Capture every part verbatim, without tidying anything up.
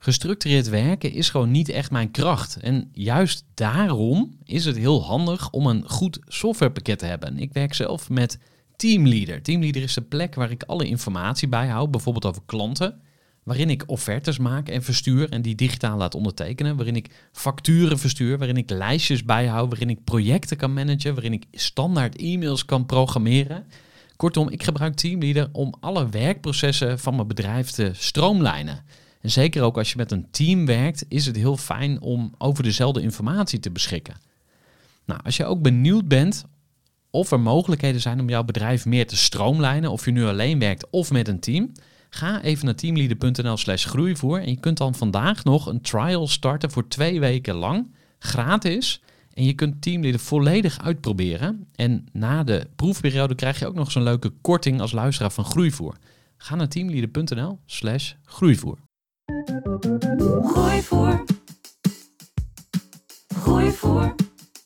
Gestructureerd werken is gewoon niet echt mijn kracht. En juist daarom is het heel handig om een goed softwarepakket te hebben. Ik werk zelf met Teamleader. Teamleader is de plek waar ik alle informatie bijhoud, bijvoorbeeld over klanten, waarin ik offertes maak en verstuur en die digitaal laat ondertekenen, waarin ik facturen verstuur, waarin ik lijstjes bijhoud, waarin ik projecten kan managen, waarin ik standaard e-mails kan programmeren. Kortom, ik gebruik Teamleader om alle werkprocessen van mijn bedrijf te stroomlijnen. En zeker ook als je met een team werkt, is het heel fijn om over dezelfde informatie te beschikken. Nou, als je ook benieuwd bent of er mogelijkheden zijn om jouw bedrijf meer te stroomlijnen, of je nu alleen werkt of met een team, ga even naar teamleader.nl slash groeivoer en je kunt dan vandaag nog een trial starten voor twee weken lang, gratis. En je kunt Teamleader volledig uitproberen. En na de proefperiode krijg je ook nog zo'n leuke korting als luisteraar van Groeivoer. Ga naar teamleader.nl slash groeivoer. Groeivoer. Groeivoer.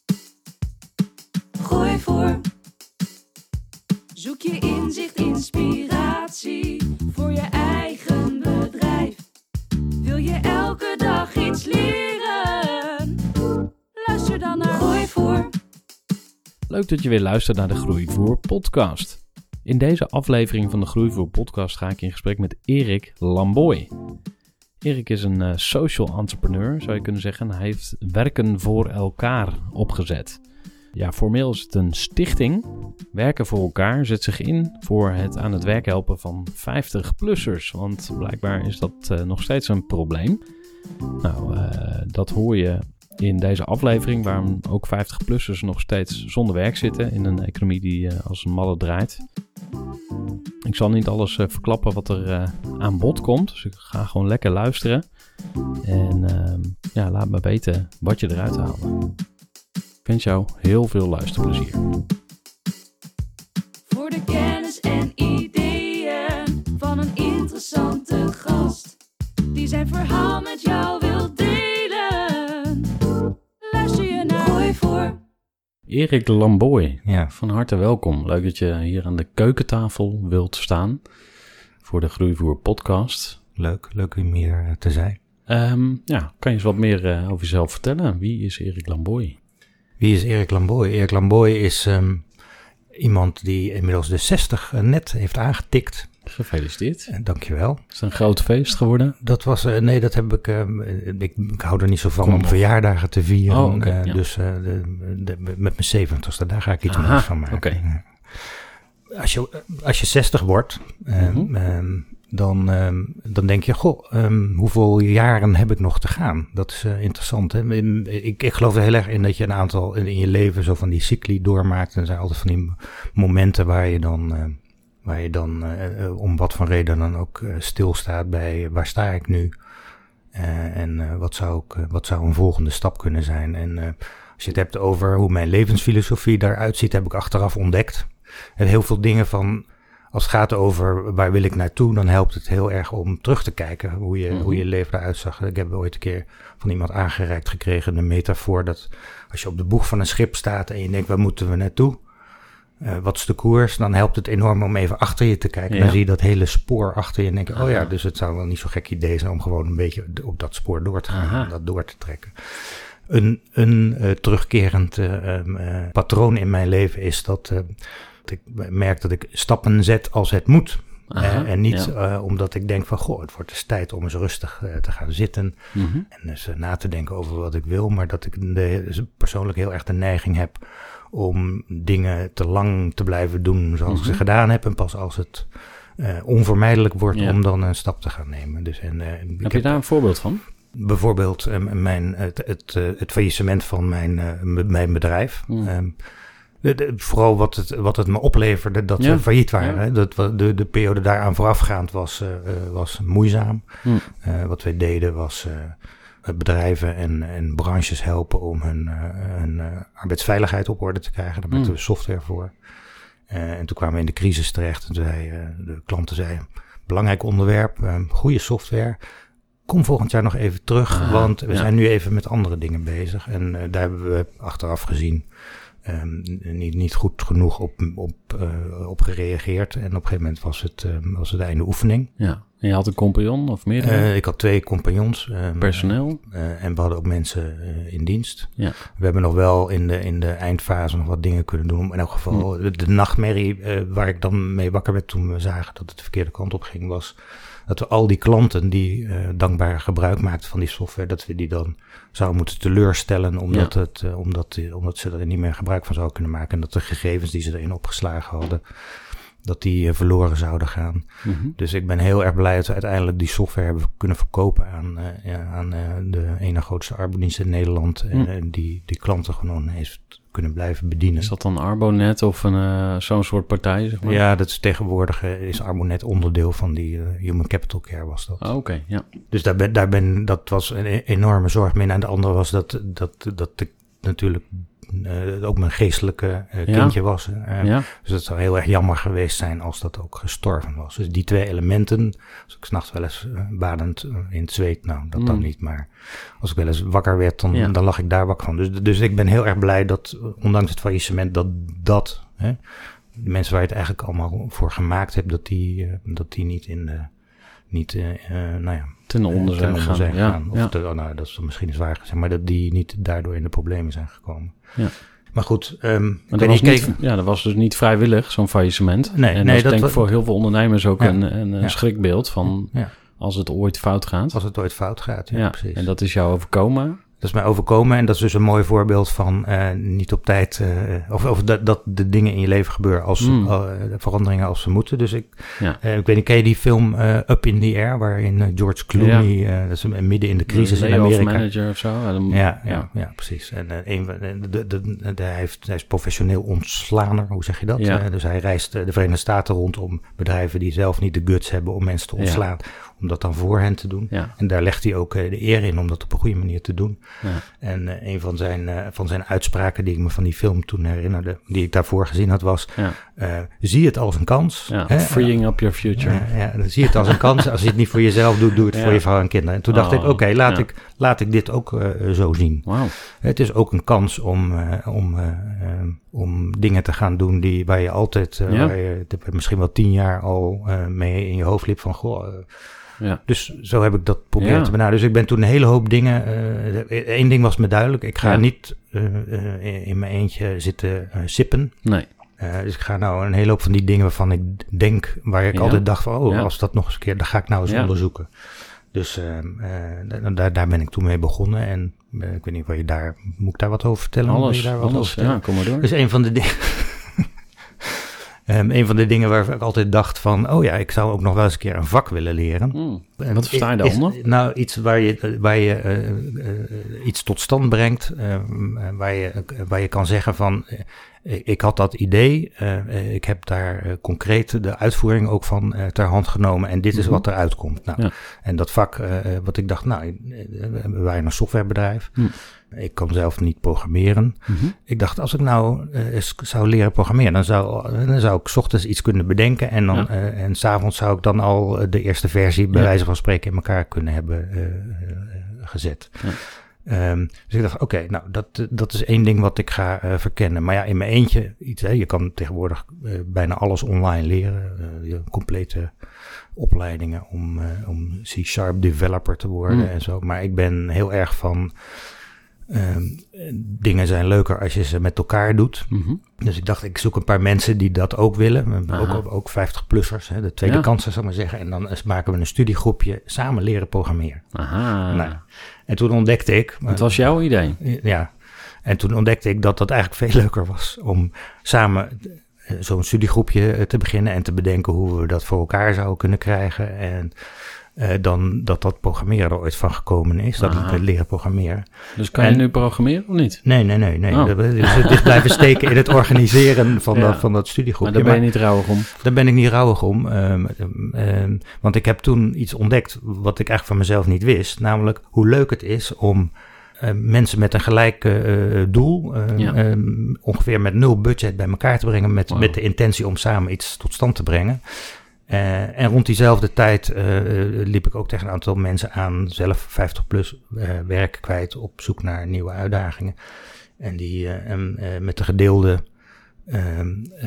Groeivoer. Zoek je inzicht, inspiratie voor je eigen bedrijf. Wil je elke dag iets leren? Luister dan naar Groeivoer. Leuk dat je weer luistert naar de Groeivoer podcast. In deze aflevering van de Groeivoer podcast ga ik in gesprek met Erik Lamboy. Erik is een uh, social entrepreneur, zou je kunnen zeggen. Hij heeft Werken voor elkaar opgezet. Ja, formeel is het een stichting. Werken voor elkaar zet zich in voor het aan het werk helpen van vijftig-plussers. Want blijkbaar is dat uh, nog steeds een probleem. Nou, uh, dat hoor je in deze aflevering, waarom ook vijftig-plussers nog steeds zonder werk zitten in een economie die uh, als een malle draait. Ik zal niet alles uh, verklappen wat er uh, aan bod komt, dus ik ga gewoon lekker luisteren. En uh, ja, laat me weten wat je eruit haalt. Ik wens jou heel veel luisterplezier. Voor de kennis en ideeën van een interessante gast, die zijn verhaal met jou wil delen. Luister je naar Groeivoer. Erik Lamboy, Ja. van harte welkom. Leuk dat je hier aan de keukentafel wilt staan voor de Groeivoer podcast. Leuk, leuk om hier te zijn. Um, ja, kan je eens wat meer uh, over jezelf vertellen? Wie is Erik Lamboy? Wie is Erik Lamboy? Erik Lamboy is um, iemand die inmiddels de zestig uh, net heeft aangetikt. Gefeliciteerd. Uh, dankjewel. Is het een groot feest geworden? Dat was, uh, nee, dat heb ik, uh, ik, ik hou er niet zo van Kom om op. verjaardagen te vieren. Oh, okay, uh, ja. Dus uh, de, de, met mijn zeventigste, daar ga ik iets Aha, moois van maken. Okay. Als je, als je zestig wordt, uh, Mm-hmm. um, dan, um, dan denk je, goh, um, hoeveel jaren heb ik nog te gaan? Dat is uh, interessant. Hè? Ik, ik geloof er heel erg in dat je een aantal in, in je leven zo van die cycli doormaakt. En er zijn altijd van die momenten waar je dan, uh, waar je dan uh, uh, om wat voor reden dan ook uh, stilstaat bij uh, waar sta ik nu? Uh, en uh, wat, zou ik, uh, wat zou een volgende stap kunnen zijn? En uh, als je het hebt over hoe mijn levensfilosofie daaruit ziet, heb ik achteraf ontdekt. En heel veel dingen van, als het gaat over waar wil ik naartoe, dan helpt het heel erg om terug te kijken hoe je, mm-hmm. hoe je leven eruit zag. Ik heb ooit een keer van iemand aangereikt gekregen, een metafoor, dat als je op de boeg van een schip staat en je denkt, waar moeten we naartoe? Uh, wat is de koers? Dan helpt het enorm om even achter je te kijken. Ja. Dan zie je dat hele spoor achter je en denk je, oh ja, dus het zou wel niet zo gek idee zijn om gewoon een beetje op dat spoor door te gaan, Aha. om dat door te trekken. Een, een uh, terugkerend uh, uh, patroon in mijn leven is dat uh, ik merk dat ik stappen zet als het moet. Aha, uh, en niet ja. uh, omdat ik denk van, goh, het wordt dus tijd om eens rustig uh, te gaan zitten. Mm-hmm. En dus uh, na te denken over wat ik wil. Maar dat ik de, dus persoonlijk heel erg de neiging heb om dingen te lang te blijven doen zoals mm-hmm. ik ze gedaan heb. En pas als het uh, onvermijdelijk wordt ja. om dan een stap te gaan nemen. Dus, en, uh, heb je heb, daar een voorbeeld van? Bijvoorbeeld uh, mijn, het, het, uh, het faillissement van mijn, uh, mijn bedrijf. Mm. Um, De, de, vooral wat het, wat het me opleverde dat ja. we failliet waren. Ja. Dat, de, de periode daaraan voorafgaand was, uh, was moeizaam. Hm. Uh, wat wij deden was uh, bedrijven en, en branches helpen om hun, uh, hun uh, arbeidsveiligheid op orde te krijgen. Daar maakten hm. we software voor. Uh, en toen kwamen we in de crisis terecht. En toen zei uh, de klanten zeiden, belangrijk onderwerp, uh, goede software. Kom volgend jaar nog even terug, ah, want we ja. zijn nu even met andere dingen bezig. En uh, daar hebben we achteraf gezien um, niet, niet goed genoeg op, op, uh, op gereageerd. En op een gegeven moment was het, um, was het einde oefening. Ja. En je had een compagnon of meerdere? Uh, ik had twee compagnons. Um, Personeel? Uh, en we hadden ook mensen uh, in dienst. Ja. We hebben nog wel in de, in de eindfase nog wat dingen kunnen doen. In elk geval, hm. de, de nachtmerrie uh, waar ik dan mee wakker werd toen we zagen dat het de verkeerde kant op ging, was dat we al die klanten die uh, dankbaar gebruik maakten van die software, dat we die dan zouden moeten teleurstellen, omdat, ja. het, uh, omdat, omdat ze er niet meer gebruik van zouden kunnen maken. En dat de gegevens die ze erin opgeslagen hadden, dat die uh, verloren zouden gaan. Mm-hmm. Dus ik ben heel erg blij dat we uiteindelijk die software hebben kunnen verkopen aan, uh, ja, aan uh, de ene grootste arbodienst in Nederland. Mm. En uh, die, die klanten gewoon heeft kunnen blijven bedienen. Is dat dan Arbonet of een, uh, zo'n soort partij, zeg maar? Ja, dat is tegenwoordig uh, is Arbonet onderdeel van die uh, Human Capital Care was dat. Oh, oké, okay, ja. Dus daar ben, daar ben, dat was een enorme zorg mee. En de andere was dat, dat, dat ik natuurlijk uh, ook mijn geestelijke uh, kindje ja. was. Uh, ja. Dus het zou heel erg jammer geweest zijn als dat ook gestorven was. Dus die twee elementen, als ik 's nachts wel eens uh, badend uh, in het zweet, nou dat mm. dan niet, maar als ik wel eens wakker werd, dan, ja. dan lag ik daar wakker van. Dus, dus ik ben heel erg blij dat, ondanks het faillissement, dat dat, hè, de mensen waar je het eigenlijk allemaal voor gemaakt hebt, dat die, uh, dat die niet in de, niet, uh, uh, nou ja, ten onder zijn gegaan. Zijn gegaan. Ja, of ja. te, oh, nou, dat is misschien zwaar gezegd, maar dat die niet daardoor in de problemen zijn gekomen. Ja. Maar goed, um, maar dat, was niet, ja, dat was dus niet vrijwillig, zo'n faillissement. Nee, en nee, dat is denk ik was, voor heel veel ondernemers ook ja, een, een ja. schrikbeeld van ja. als het ooit fout gaat. Als het ooit fout gaat, ja, ja precies. En dat is jou overkomen. Dat is mij overkomen en dat is dus een mooi voorbeeld van uh, niet op tijd, uh, of, of dat, dat de dingen in je leven gebeuren als mm. uh, veranderingen als ze moeten. Dus ik, ja. uh, ik weet niet, ken je die film uh, Up in the Air, waarin uh, George Clooney, ja. uh, dat is uh, midden in de crisis in Amerika. Manager of zo. Ja, dan, ja, ja, ja. ja, precies. En uh, een, de, de, de, de, hij, heeft, hij is professioneel ontslaaner, hoe zeg je dat? Ja. Uh, dus hij reist uh, de Verenigde Staten rond om bedrijven die zelf niet de guts hebben om mensen te ontslaan, ja. om dat dan voor hen te doen. Ja. En daar legt hij ook uh, de eer in om dat op een goede manier te doen. Ja. En uh, een van zijn, uh, van zijn uitspraken die ik me van die film toen herinnerde, die ik daarvoor gezien had, was, ja. uh, zie het als een kans. Ja, hè? Freeing up your future. Uh, ja, zie het als een kans. Als je het niet voor jezelf doet, doe het ja. voor je vrouw en kinderen. En toen dacht oh, ik, oké, okay, laat, ja. ik, laat ik dit ook uh, zo zien. Wow. Het is ook een kans om, uh, om, uh, uh, om dingen te gaan doen die, waar je altijd, uh, ja. waar je misschien wel tien jaar al uh, mee in je hoofd liep van, goh, uh, ja. Dus zo heb ik dat proberen ja. te benaderen. Dus ik ben toen een hele hoop dingen. Eén uh, ding was me duidelijk. Ik ga ja. niet uh, uh, in mijn eentje zitten uh, sippen. Nee. Uh, dus ik ga nou een hele hoop van die dingen waarvan ik denk, waar ik ja. altijd dacht van, oh, ja. als dat nog eens een keer, dan ga ik nou eens ja. onderzoeken. Dus uh, uh, daar, daar ben ik toen mee begonnen. En uh, ik weet niet, waar je daar, moet ik daar wat over vertellen? Alles, je daar wat alles, over vertellen? Ja, kom maar door. Dus een van de dingen. Um, een van de dingen waar ik altijd dacht van, oh ja, ik zou ook nog wel eens een keer een vak willen leren. Mm. Wat versta je daaronder? Nou, iets waar je, waar je uh, uh, iets tot stand brengt, uh, waar, je, uh, waar je kan zeggen van, uh, ik had dat idee, uh, ik heb daar uh, concreet de uitvoering ook van uh, ter hand genomen en dit is mm-hmm. wat eruit komt. Nou, ja. En dat vak, uh, wat ik dacht, nou, we waren een softwarebedrijf. Mm. Ik kan zelf niet programmeren. Mm-hmm. Ik dacht, als ik nou uh, eens zou leren programmeren, dan zou, dan zou ik 's ochtends iets kunnen bedenken. En, dan, ja. uh, en 's avonds zou ik dan al de eerste versie, bij ja. wijze van spreken, in elkaar kunnen hebben uh, uh, gezet. Ja. Um, dus ik dacht, oké, okay, nou, dat, dat is één ding wat ik ga uh, verkennen. Maar ja, in mijn eentje, iets, hè, je kan tegenwoordig uh, bijna alles online leren. Uh, complete opleidingen om, uh, om C-sharp developer te worden mm. en zo. Maar ik ben heel erg van, Um, dingen zijn leuker als je ze met elkaar doet. Mm-hmm. Dus ik dacht, ik zoek een paar mensen die dat ook willen. Ook, ook vijftig-plussers, hè, de tweede ja. kansen, zal ik maar zeggen. En dan maken we een studiegroepje, samen leren programmeren. Aha. Nou, en toen ontdekte ik... Het was jouw idee. Ja. En toen ontdekte ik dat dat eigenlijk veel leuker was om samen zo'n studiegroepje te beginnen en te bedenken hoe we dat voor elkaar zouden kunnen krijgen. En Uh, dan dat dat programmeren er ooit van gekomen is. Dat Aha. het leren programmeren. Dus kan en, je nu programmeren of niet? Nee, nee, nee. nee. Oh. Dus het is blijven steken in het organiseren van, ja. dat, van dat studiegroepje. Maar daar ben je niet rouwig om? Daar ben ik niet rouwig om. Um, um, um, want ik heb toen iets ontdekt wat ik eigenlijk van mezelf niet wist. Namelijk hoe leuk het is om uh, mensen met een gelijk uh, doel, uh, ja. um, ongeveer met nul budget bij elkaar te brengen. Met, wow. met de intentie om samen iets tot stand te brengen. Uh, en rond diezelfde tijd uh, liep ik ook tegen een aantal mensen aan, zelf vijftig plus uh, werk kwijt, op zoek naar nieuwe uitdagingen. En die uh, um, uh, met de gedeelde uh, uh,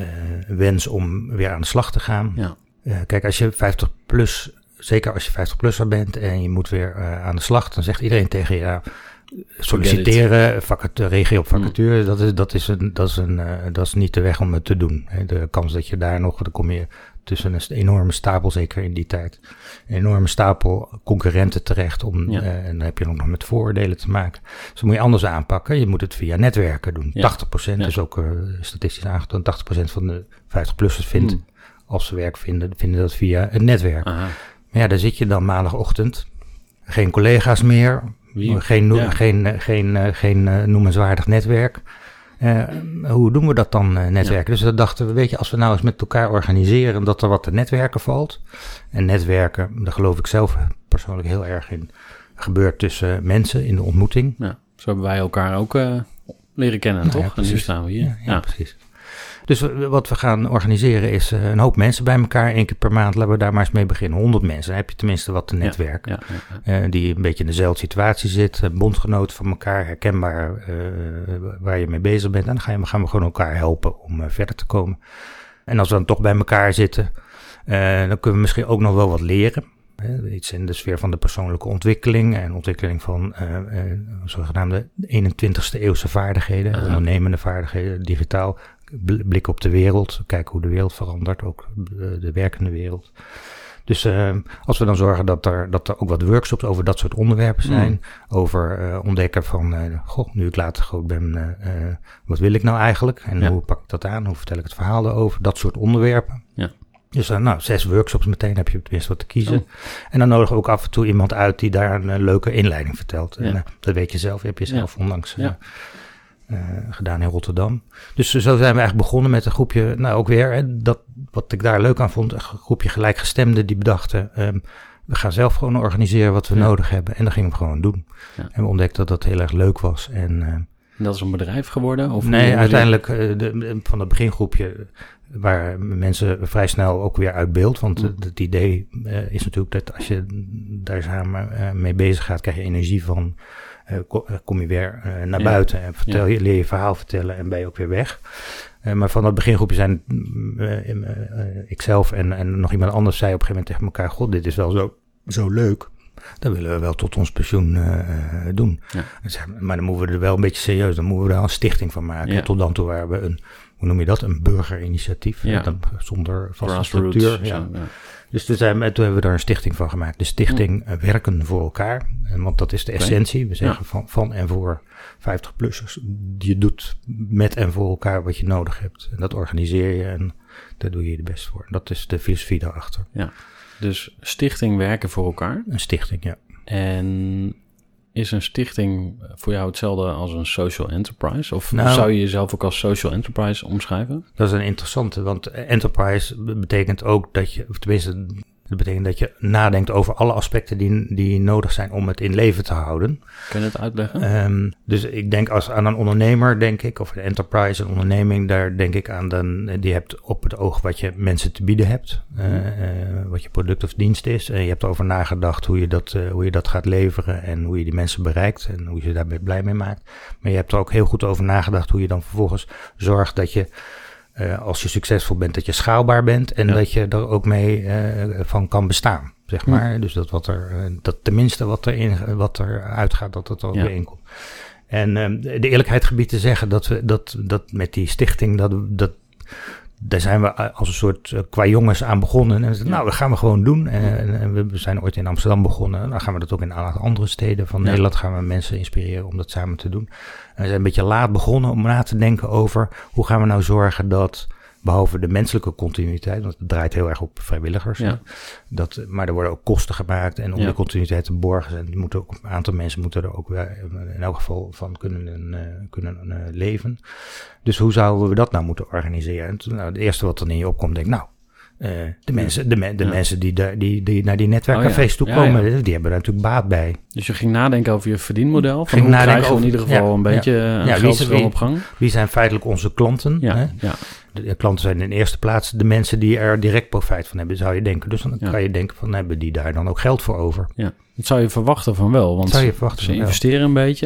wens om weer aan de slag te gaan. Ja. Uh, kijk, als je vijftig plus, zeker als je vijftig-plusser bent en je moet weer uh, aan de slag, dan zegt iedereen tegen je, ja, solliciteren, vacature, regie op vacature, mm. dat, is, dat, is een, dat, is een, uh, dat is niet de weg om het te doen. Hè. De kans dat je daar nog, dan kom je tussen een enorme stapel, zeker in die tijd, een enorme stapel concurrenten terecht. Om, ja. uh, en dan heb je nog met vooroordelen te maken. Dus dat moet je anders aanpakken. Je moet het via netwerken doen. Ja. tachtig procent ja. is ook uh, statistisch aangetoond. tachtig procent van de vijftig-plussers vindt, mm. als ze werk vinden, vinden dat via een netwerk. Aha. Maar ja, daar zit je dan maandagochtend. Geen collega's meer. Wie? Geen, no- ja. geen, uh, geen, uh, geen uh, noemenswaardig netwerk. Uh, hoe doen we dat dan, uh, netwerken? Ja. Dus dat dachten we, weet je, als we nou eens met elkaar organiseren dat er wat te netwerken valt. En netwerken, daar geloof ik zelf persoonlijk heel erg in, gebeurt tussen mensen in de ontmoeting. Ja, zo hebben wij elkaar ook uh, leren kennen, nou, toch? Ja, en nu staan we hier. Ja, ja, ja. precies. Dus wat we gaan organiseren is uh, een hoop mensen bij elkaar, één keer per maand. Laten we daar maar eens mee beginnen. honderd mensen, dan heb je tenminste wat te netwerken. Ja, ja, ja, ja. Uh, die een beetje in dezelfde situatie zitten, bondgenoten van elkaar, herkenbaar uh, waar je mee bezig bent. En dan gaan we, gaan we gewoon elkaar helpen om uh, verder te komen. En als we dan toch bij elkaar zitten, uh, dan kunnen we misschien ook nog wel wat leren. Uh, iets in de sfeer van de persoonlijke ontwikkeling en ontwikkeling van uh, uh, zogenaamde eenentwintigste eeuwse vaardigheden, uh-huh. ondernemende vaardigheden, digitaal. Blik op de wereld, kijken hoe de wereld verandert, ook de, de werkende wereld. Dus uh, als we dan zorgen dat er, dat er ook wat workshops over dat soort onderwerpen zijn, mm. over uh, ontdekken van, uh, goh, nu ik later groot ben, uh, uh, wat wil ik nou eigenlijk? En ja. hoe pak ik dat aan? Hoe vertel ik het verhaal erover? Dat soort onderwerpen. Ja. Dus uh, nou, zes workshops meteen heb je tenminste wat te kiezen. Oh. En dan nodigen we ook af en toe iemand uit die daar een uh, leuke inleiding vertelt. Ja. En uh, dat weet je zelf, heb je zelf ja. onlangs... Uh, ja. Uh, gedaan in Rotterdam. Dus zo zijn we eigenlijk begonnen met een groepje, nou ook weer, hè, dat, wat ik daar leuk aan vond, een groepje gelijkgestemden die bedachten, um, we gaan zelf gewoon organiseren wat we ja. nodig hebben. En dat gingen we gewoon doen. Ja. En we ontdekten dat dat heel erg leuk was. En, uh, en dat is een bedrijf geworden? Of nee, uiteindelijk uh, de, de, van dat begingroepje waren mensen vrij snel ook weer uit beeld. Want mm. het idee uh, is natuurlijk dat als je daar samen uh, mee bezig gaat, krijg je energie van. Uh, kom je weer uh, naar ja. buiten en vertel je, ja. leer je verhaal vertellen en ben je ook weer weg. Uh, maar van dat begingroepje zijn uh, uh, uh, ikzelf en, en nog iemand anders zei op een gegeven moment tegen elkaar, god, dit is wel zo, zo leuk. Dat willen we wel tot ons pensioen uh, doen. Ja. Maar dan moeten we er wel een beetje serieus, dan moeten we er wel een stichting van maken. Ja. En tot dan toe waren we een, hoe noem je dat, een burgerinitiatief. Ja. Dan, zonder vaste structuur. Ja. Zo, ja. Dus toen, zijn we, toen hebben we daar een stichting van gemaakt. De stichting mm. Werken voor elkaar. En want dat is de okay. essentie. We zeggen ja. van, van en voor vijftig-plussers. Je doet met en voor elkaar wat je nodig hebt. En dat organiseer je en daar doe je je best voor. Dat is de filosofie daarachter. Ja. Dus stichting Werken voor elkaar. Een stichting, ja. En is een stichting voor jou hetzelfde als een social enterprise? Of nou, zou je jezelf ook als social enterprise omschrijven? Dat is een interessante, want enterprise betekent ook dat je, of tenminste, dat betekent dat je nadenkt over alle aspecten die, die nodig zijn om het in leven te houden. Kun je het uitleggen? Um, dus ik denk als aan een ondernemer, denk ik, of een enterprise, een onderneming, daar denk ik aan, dan, die hebt op het oog wat je mensen te bieden hebt, uh, uh, wat je product of dienst is. En je hebt erover nagedacht hoe je, dat, uh, hoe je dat gaat leveren en hoe je die mensen bereikt en hoe je ze daar blij mee maakt. Maar je hebt er ook heel goed over nagedacht hoe je dan vervolgens zorgt dat je, Uh, als je succesvol bent, dat je schaalbaar bent en ja. dat je er ook mee uh, van kan bestaan, zeg maar. Ja. Dus dat wat er, uh, dat tenminste wat er in, wat er uitgaat, dat het er ook ja. weer in komt. En uh, de eerlijkheid gebied te zeggen dat we dat, dat met die stichting, dat, dat daar zijn we als een soort uh, qua jongens aan begonnen. En we, ja. nou, dat gaan we gewoon doen. En, en we zijn ooit in Amsterdam begonnen. Dan gaan we dat ook in een aantal andere steden van ja. Nederland gaan we mensen inspireren om dat samen te doen. En we zijn een beetje laat begonnen om na te denken over hoe gaan we nou zorgen dat, behalve de menselijke continuïteit, want het draait heel erg op vrijwilligers. Ja. Dat, maar er worden ook kosten gemaakt en om ja. de continuïteit te borgen. En die moeten ook, een aantal mensen moeten er ook weer in elk geval van kunnen, uh, kunnen uh, leven. Dus hoe zouden we dat nou moeten organiseren? En toen, nou, het eerste wat dan in je opkomt, denk ik, nou, Uh, de mensen, de, me, de ja. mensen die, de, die, die naar die netwerkcafés oh, ja. toe komen, ja, ja. die hebben daar natuurlijk baat bij. Dus je ging nadenken over je verdienmodel? Van ging hoe krijgen we in ieder geval ja, een beetje ja. ja, geldstroom op gang? Wie zijn feitelijk onze klanten? Ja, hè? Ja. De, de klanten zijn in de eerste plaats de mensen die er direct profijt van hebben, zou je denken. Dus dan ja. kan je denken van, hebben die daar dan ook geld voor over? Ja. Dat zou je verwachten van wel, want zou je verwachten ze investeren wel. Een beetje. Ja.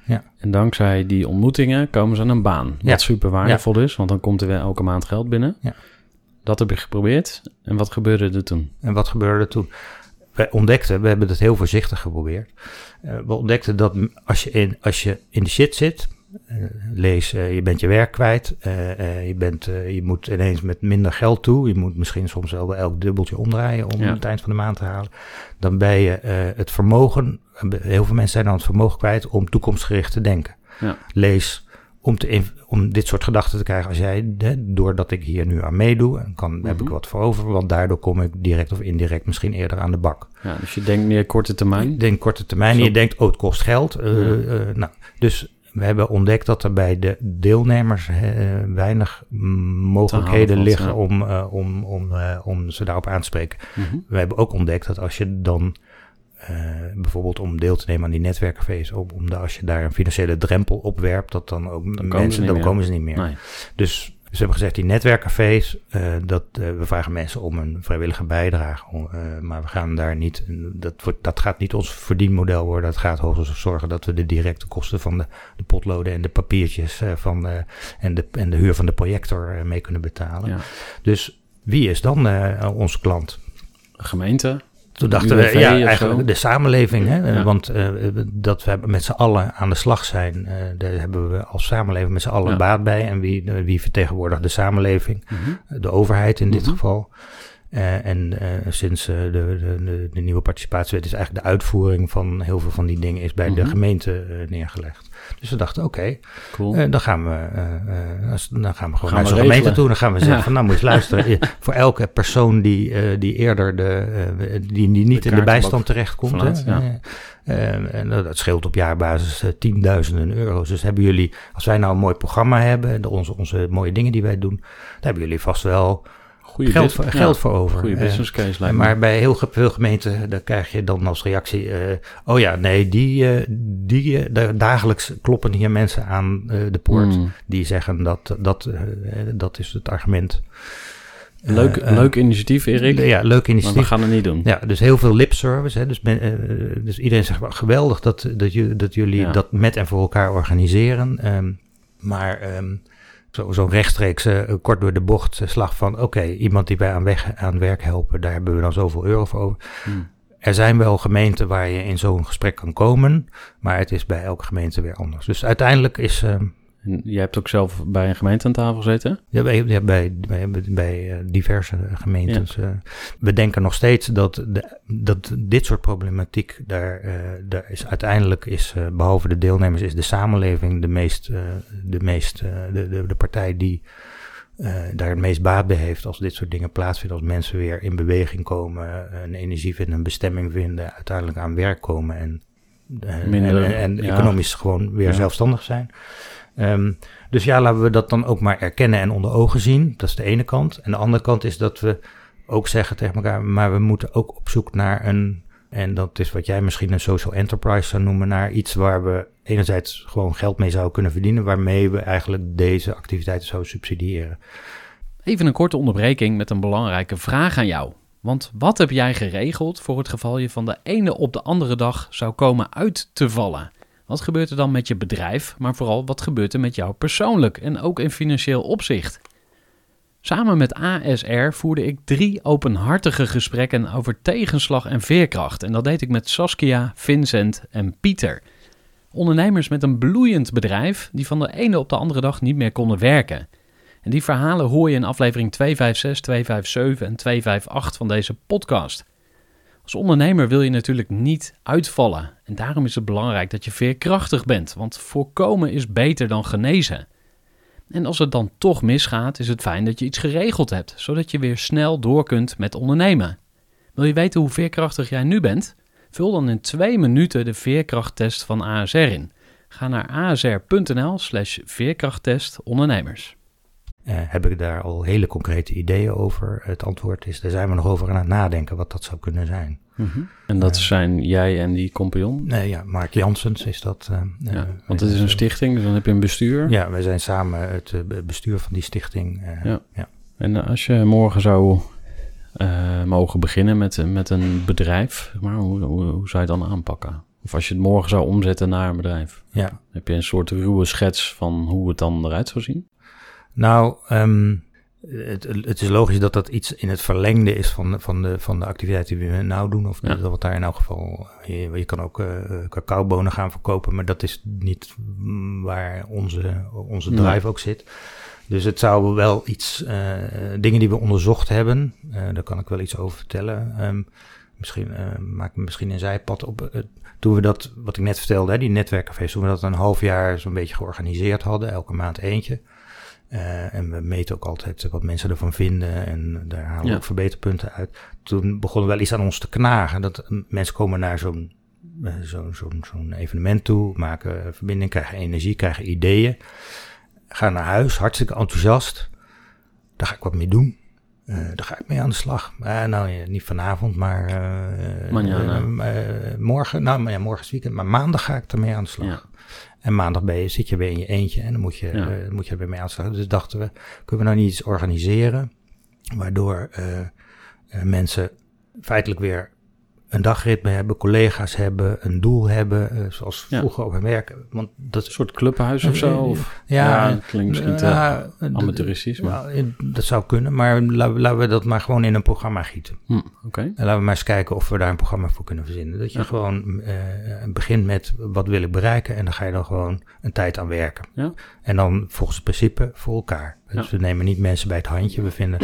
Ja. En dankzij die ontmoetingen komen ze aan een baan. Wat Ja. super waardevol is, want dan komt er weer elke maand geld binnen. Ja. Dat heb je geprobeerd. En wat gebeurde er toen? En wat gebeurde er toen? Wij ontdekten, we hebben het heel voorzichtig geprobeerd. Uh, we ontdekten dat als je in, als je in de shit zit, uh, lees, uh, je bent je werk kwijt, uh, uh, je, bent, uh, je moet ineens met minder geld toe, je moet misschien soms wel elk dubbeltje omdraaien om Ja. het eind van de maand te halen. Dan ben je uh, het vermogen, heel veel mensen zijn dan het vermogen kwijt om toekomstgericht te denken. Ja. Lees, om, te, om dit soort gedachten te krijgen als jij, de, doordat ik hier nu aan meedoe, en kan, Mm-hmm. heb ik wat voor over, want daardoor kom ik direct of indirect misschien eerder aan de bak. Ja, dus je denkt meer korte termijn. Ik denk korte termijn Zo. en je denkt, oh, het kost geld. Uh, Ja. uh, nou, dus we hebben ontdekt dat er bij de deelnemers uh, weinig mm, mogelijkheden valt, liggen ja. om, uh, om, om, uh, om ze daarop aan te spreken. Mm-hmm. We hebben ook ontdekt dat als je dan uh, bijvoorbeeld om deel te nemen aan die netwerkcafés, om, om daar, als je daar een financiële drempel op werpt, dat dan ook komen mensen, ze niet dan meer. komen ze niet meer. Nee. Dus ze hebben gezegd, die netwerkcafés, uh, dat, uh, we vragen mensen om een vrijwillige bijdrage. Uh, maar we gaan daar niet, dat, wordt, dat gaat niet ons verdienmodel worden. Dat gaat hoogstens zorgen dat we de directe kosten van de, de potloden en de papiertjes uh, van, uh, en, de, en de huur van de projector uh, mee kunnen betalen. Ja. Dus wie is dan uh, onze klant? Gemeente. Toen dachten U W V we, ja, of eigenlijk zo? de samenleving. Hè? Ja. Want uh, dat we met z'n allen aan de slag zijn, uh, daar hebben we als samenleving met z'n allen Ja. baat bij. En wie, uh, wie vertegenwoordigt de samenleving? Mm-hmm. De overheid in dit Mhm. geval. Uh, en uh, sinds uh, de, de, de, de nieuwe participatiewet is eigenlijk de uitvoering van heel veel van die dingen is bij Mhm. de gemeente uh, neergelegd. Dus we dachten, oké, okay, Cool. uh, dan gaan we, uh, uh, als, dan gaan we gewoon Gaan naar we zo'n gemeente regelen. toe. Dan gaan we zeggen Ja. van, nou moet je eens luisteren. uh, voor elke persoon die, uh, die eerder de, uh, die, die niet De in de kaartenbak bijstand terechtkomt. verlaat, Hè, ja. uh, uh, en dat scheelt op jaarbasis uh, tienduizenden euro's. Dus hebben jullie, als wij nou een mooi programma hebben, de, onze, onze mooie dingen die wij doen, dan hebben jullie vast wel Goeie geld, bus- voor, ja, geld voor over. Goede Eh, business case lijkt me. maar bij heel ge- veel gemeenten, daar krijg je dan als reactie, uh, oh ja, nee, die, uh, die uh, da- dagelijks kloppen hier mensen aan uh, de poort. Mm. Die zeggen dat, dat, uh, dat is het argument. Uh, Leuk, uh, leuk initiatief, Erik. Ja, leuk Maar initiatief. we gaan het niet doen. Ja, dus heel veel lipservice. Hè? Dus, men, uh, dus iedereen zegt, wel, geweldig dat, dat, ju- dat jullie Ja. dat met en voor elkaar organiseren. Um, maar um, zo, zo'n rechtstreeks uh, kort door de bocht uh, slag van, oké, okay, iemand die wij aan, weg, aan werk helpen, daar hebben we dan zoveel euro voor over. Hmm. Er zijn wel gemeenten waar je in zo'n gesprek kan komen, maar het is bij elke gemeente weer anders. Dus uiteindelijk is... Uh, En jij hebt ook zelf bij een gemeente aan tafel gezeten? Ja, bij, ja, bij, bij, bij uh, diverse gemeentes. Ja. Uh, we denken nog steeds dat, de, dat dit soort problematiek, daar, uh, daar is uiteindelijk, is, uh, behalve de deelnemers, is de samenleving de meest, uh, de, meest uh, de, de, de partij die uh, daar het meest baat bij heeft als dit soort dingen plaatsvinden. Als mensen weer in beweging komen, uh, een energie vinden, een bestemming vinden, uiteindelijk aan werk komen en, uh, Minder, en, en ja. economisch gewoon weer Ja. zelfstandig zijn. Um, dus ja, laten we dat dan ook maar erkennen en onder ogen zien. Dat is de ene kant. En de andere kant is dat we ook zeggen tegen elkaar, maar we moeten ook op zoek naar een, en dat is wat jij misschien een social enterprise zou noemen, naar iets waar we enerzijds gewoon geld mee zouden kunnen verdienen, waarmee we eigenlijk deze activiteiten zouden subsidiëren. Even een korte onderbreking met een belangrijke vraag aan jou. Want wat heb jij geregeld voor het geval je van de ene op de andere dag zou komen uit te vallen? Wat gebeurt er dan met je bedrijf, maar vooral wat gebeurt er met jou persoonlijk en ook in financieel opzicht? Samen met A S R voerde ik drie openhartige gesprekken over tegenslag en veerkracht. En dat deed ik met Saskia, Vincent en Pieter. Ondernemers met een bloeiend bedrijf die van de ene op de andere dag niet meer konden werken. En die verhalen hoor je in aflevering tweehonderdvijfenzestig, tweehonderdzeven en tweehonderdachtenvijftig van deze podcast. Als ondernemer wil je natuurlijk niet uitvallen. En daarom is het belangrijk dat je veerkrachtig bent, want voorkomen is beter dan genezen. En als het dan toch misgaat, is het fijn dat je iets geregeld hebt, zodat je weer snel door kunt met ondernemen. Wil je weten hoe veerkrachtig jij nu bent? Vul dan in twee minuten de veerkrachttest van A S R in. Ga naar asr.nl slash veerkrachttest ondernemers. Uh, heb ik daar al hele concrete ideeën over? Het antwoord is, daar zijn we nog over aan het nadenken wat dat zou kunnen zijn. Mm-hmm. En dat uh, zijn jij en die compagnon? Nee, ja, Mark Janssens is dat. Uh, ja, uh, want het is een stichting, dus dan heb je een bestuur. Ja, wij zijn samen het uh, bestuur van die stichting. Uh, ja. Ja. En uh, als je morgen zou uh, mogen beginnen met, met een bedrijf, maar hoe, hoe, hoe zou je dan aanpakken? Of als je het morgen zou omzetten naar een bedrijf. Ja. Heb je een soort ruwe schets van hoe het dan eruit zou zien? Nou, um, het, het is logisch dat dat iets in het verlengde is van, van, de, van de activiteit die we nou doen. Of Ja. wat daar in elk geval... Je, je kan ook uh, cacaobonen gaan verkopen, maar dat is niet waar onze, onze drive Nee. ook zit. Dus het zou wel iets... Uh, dingen die we onderzocht hebben, uh, daar kan ik wel iets over vertellen. Um, misschien uh, maak ik misschien een zijpad op... Uh, toen we dat, wat ik net vertelde, hè, die netwerkcafés, toen we dat een half jaar zo'n beetje georganiseerd hadden, elke maand eentje. Uh, en we meten ook altijd wat mensen ervan vinden en daar halen we Ja. ook verbeterpunten uit. Toen begon er wel iets aan ons te knagen. Dat uh, mensen komen naar zo'n, uh, zo'n, zo'n, zo'n evenement toe, maken verbinding, krijgen energie, krijgen ideeën. Gaan naar huis, hartstikke enthousiast. Daar ga ik wat mee doen. Uh, daar ga ik mee aan de slag. Uh, nou ja, niet vanavond, maar uh, Manjana. uh, uh, morgen. Nou, maar ja, morgen is het weekend. Maar maandag ga ik ermee aan de slag. Ja. En maandag ben je, zit je weer in je eentje en dan moet je, Ja. uh, moet je er weer mee aan de slag. Dus dachten we, kunnen we nou niet iets organiseren waardoor uh, uh, mensen feitelijk weer een dagritme hebben, collega's hebben, een doel hebben, uh, zoals Ja. vroeger op hun werk. Want dat Een soort clubhuis of zo? Of? Ja, dat klinkt misschien te ja, amateuristisch. Maar... Nou, dat zou kunnen, maar laten we, laten we dat maar gewoon in een programma gieten. Hm, Oké. Okay. En laten we maar eens kijken of we daar een programma voor kunnen verzinnen. Dat je Ja. gewoon uh, begint met wat wil ik bereiken en dan ga je dan gewoon een tijd aan werken. Ja. En dan volgens het principe voor elkaar. Dus Ja. we nemen niet mensen bij het handje. We vinden,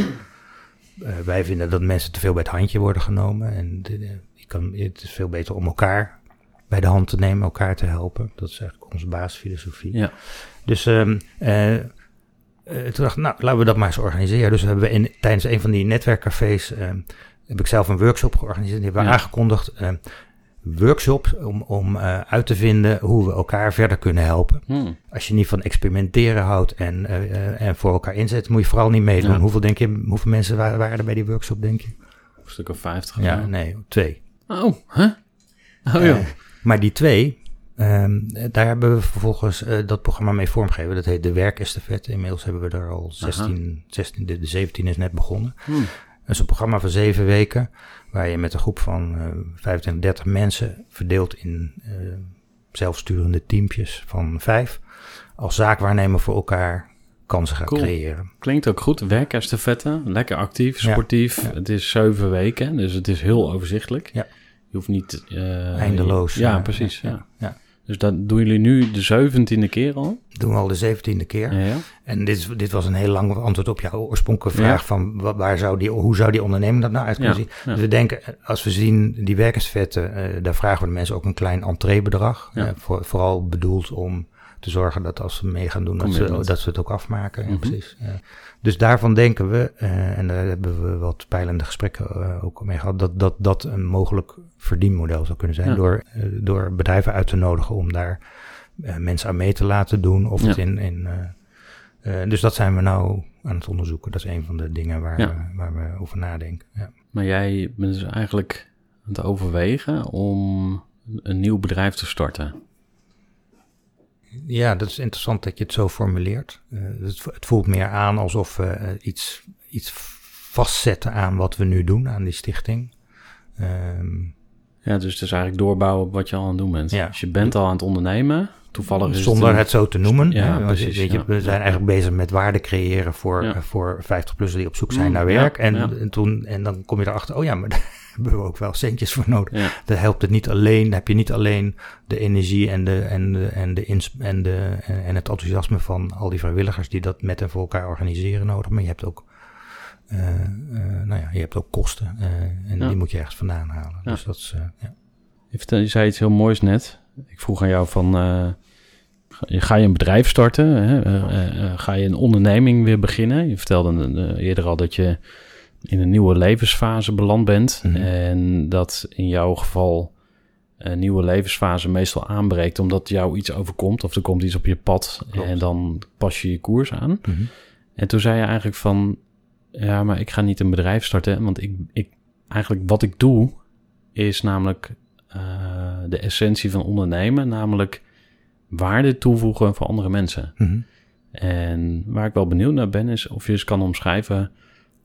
uh, wij vinden dat mensen te veel bij het handje worden genomen. En de, de, je kan, het is veel beter om elkaar bij de hand te nemen, elkaar te helpen. Dat is eigenlijk onze basisfilosofie. Ja. Dus um, uh, uh, toen dacht ik, nou, laten we dat maar eens organiseren. Dus hebben we in, tijdens een van die netwerkcafés uh, heb ik zelf een workshop georganiseerd. Die hebben we Ja. aangekondigd. Uh, workshop om, om uh, uit te vinden hoe we elkaar verder kunnen helpen. Hm. Als je niet van experimenteren houdt en, uh, uh, en voor elkaar inzet, moet je vooral niet meedoen. Ja. Hoeveel, denk je, hoeveel mensen waren, waren er bij die workshop, denk je? Een stuk of vijftig. Ja, zo. nee, twee. Oh, huh? Oh Uh, joh. maar die twee, um, daar hebben we vervolgens uh, dat programma mee vormgegeven. Dat heet de Werkestafette. Inmiddels hebben we er al zestien, zestien de, de zeventien is net begonnen. Hm. Dat is een programma van zeven weken, waar je met een groep van uh, vijfentwintig, dertig mensen, verdeeld in uh, zelfsturende teampjes van vijf, als zaakwaarnemer voor elkaar kansen gaat Cool. creëren. Klinkt ook goed. Werkestafette. Lekker actief, Ja. sportief. Ja. Het is zeven weken, dus het is heel overzichtelijk. Ja. Je hoeft niet... Uh, Eindeloos. Ja, uh, precies. Ja, Ja, ja. Dus dat doen jullie nu de zeventiende keer al? Dat doen we al de zeventiende keer. Ja, ja. En dit, is, dit was een heel lang antwoord op jouw oorspronkelijke vraag Ja. van wa- waar zou die, hoe zou die onderneming dat nou uit kunnen Ja, zien? ja. Dus we denken, als we zien die werkersvetten, uh, daar vragen we de mensen ook een klein entreebedrag. Ja. Uh, voor, vooral bedoeld om te zorgen dat als ze mee gaan doen, dat, ze, Commitment. dat ze het ook afmaken. Ja, Mhm. precies. Uh, dus daarvan denken we, uh, en daar hebben we wat peilende gesprekken uh, ook mee gehad, dat dat, dat een mogelijk verdienmodel zou kunnen zijn. Ja. Door, uh, door bedrijven uit te nodigen om daar uh, mensen aan mee te laten doen. Of Ja. het in... in uh, uh, dus dat zijn we nou aan het onderzoeken. Dat is een van de dingen waar, Ja. we, waar we over nadenken. Ja. Maar jij bent dus eigenlijk aan het overwegen om een nieuw bedrijf te starten. Ja, dat is interessant dat je het zo formuleert. Uh, het, het voelt meer aan alsof we uh, iets, iets vastzetten aan wat we nu doen, aan die stichting. Um, Ja, dus het is eigenlijk doorbouwen op wat je al aan het doen bent. Ja. Dus je bent al aan het ondernemen. Toevallig is zonder het, het zo te noemen. Ja, hè, precies, weet je, ja. we zijn eigenlijk bezig met waarde creëren voor, Ja. uh, voor vijftig-plussers die op zoek zijn Mm, naar ja, werk. En, ja. en, toen, en dan kom je erachter, oh ja, maar daar hebben we ook wel centjes voor nodig. Ja, Dan helpt het niet alleen, dan heb je niet alleen de energie en, de, en, de, en, de ins, en, de, en het enthousiasme van al die vrijwilligers die dat met en voor elkaar organiseren nodig. Maar je hebt ook, uh, uh, nou ja, je hebt ook kosten uh, en Ja. die moet je ergens vandaan halen. Ja. Dus dat is, uh, ja. je, vertel, je zei iets heel moois net. Ik vroeg aan jou van, uh, ga, ga je een bedrijf starten? Hè? Uh, uh, uh, ga je een onderneming weer beginnen? Je vertelde uh, eerder al dat je in een nieuwe levensfase beland bent. Mhm. En dat in jouw geval een nieuwe levensfase meestal aanbreekt omdat jou iets overkomt of er komt iets op je pad. Klopt. En dan pas je je koers aan. Mm-hmm. En toen zei je eigenlijk van, ja, maar ik ga niet een bedrijf starten, want ik, ik eigenlijk wat ik doe is namelijk uh, de essentie van ondernemen, namelijk waarde toevoegen voor andere mensen. Mm-hmm. En waar ik wel benieuwd naar ben, is of je eens kan omschrijven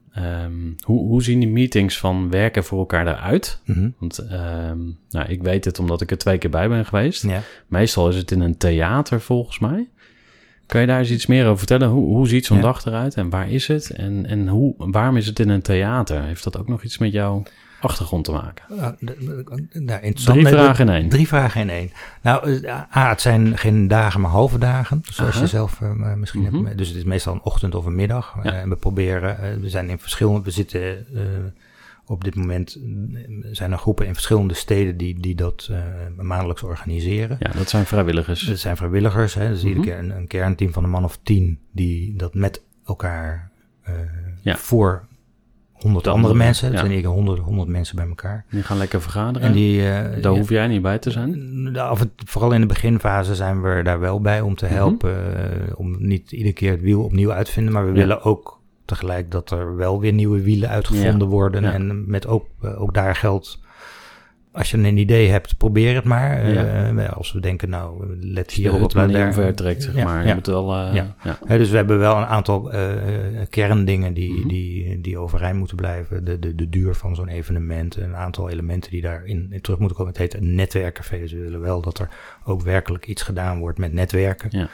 Um, hoe, hoe zien die meetings van werken voor elkaar eruit? Mm-hmm. Want um, nou, ik weet het omdat ik er twee keer bij ben geweest. Ja. Meestal is het in een theater volgens mij. Kan je daar eens iets meer over vertellen? Hoe, hoe ziet zo'n ja. dag eruit en waar is het? En, en hoe, waarom is het in een theater? Heeft dat ook nog iets met jouw achtergrond te maken? Nou, nou, drie vragen in één. Drie vragen in één. Nou, A, het zijn geen dagen, maar halve dagen. Zoals Aha. je zelf uh, misschien mm-hmm. hebt. Dus het is meestal een ochtend of een middag. Ja. Uh, en we proberen, uh, we zijn in verschillende, we zitten uh, op dit moment, uh, zijn er groepen in verschillende steden die, die dat uh, maandelijks organiseren. Ja, dat zijn vrijwilligers. Dat zijn vrijwilligers. Hè. Dus mm-hmm. iedere keer een, een kernteam van een man of tien die dat met elkaar uh, ja. voor honderd andere, andere mensen. Het ja. zijn hier honderd, honderd mensen bij elkaar. Die gaan lekker vergaderen. En die, uh, daar ja, hoef jij niet bij te zijn? Af en, vooral in de beginfase zijn we daar wel bij om te helpen. Mm-hmm. Uh, om niet iedere keer het wiel opnieuw uit te vinden. Maar we ja. willen ook tegelijk dat er wel weer nieuwe wielen uitgevonden ja. worden. Ja. En met ook, uh, ook daar geldt, als je een idee hebt, probeer het maar. Ja. Uh, als we denken, nou, let hierop op. Dat het niet omver trekt, zeg ja, maar. Ja. Je moet wel, uh, ja. Ja. Ja, dus we hebben wel een aantal uh, kerndingen die, mm-hmm. die, die overeind moeten blijven. De, de, de duur van zo'n evenement. Een aantal elementen die daarin in terug moeten komen. Het heet een netwerkencafé. Dus we willen wel dat er ook werkelijk iets gedaan wordt met netwerken. Ja.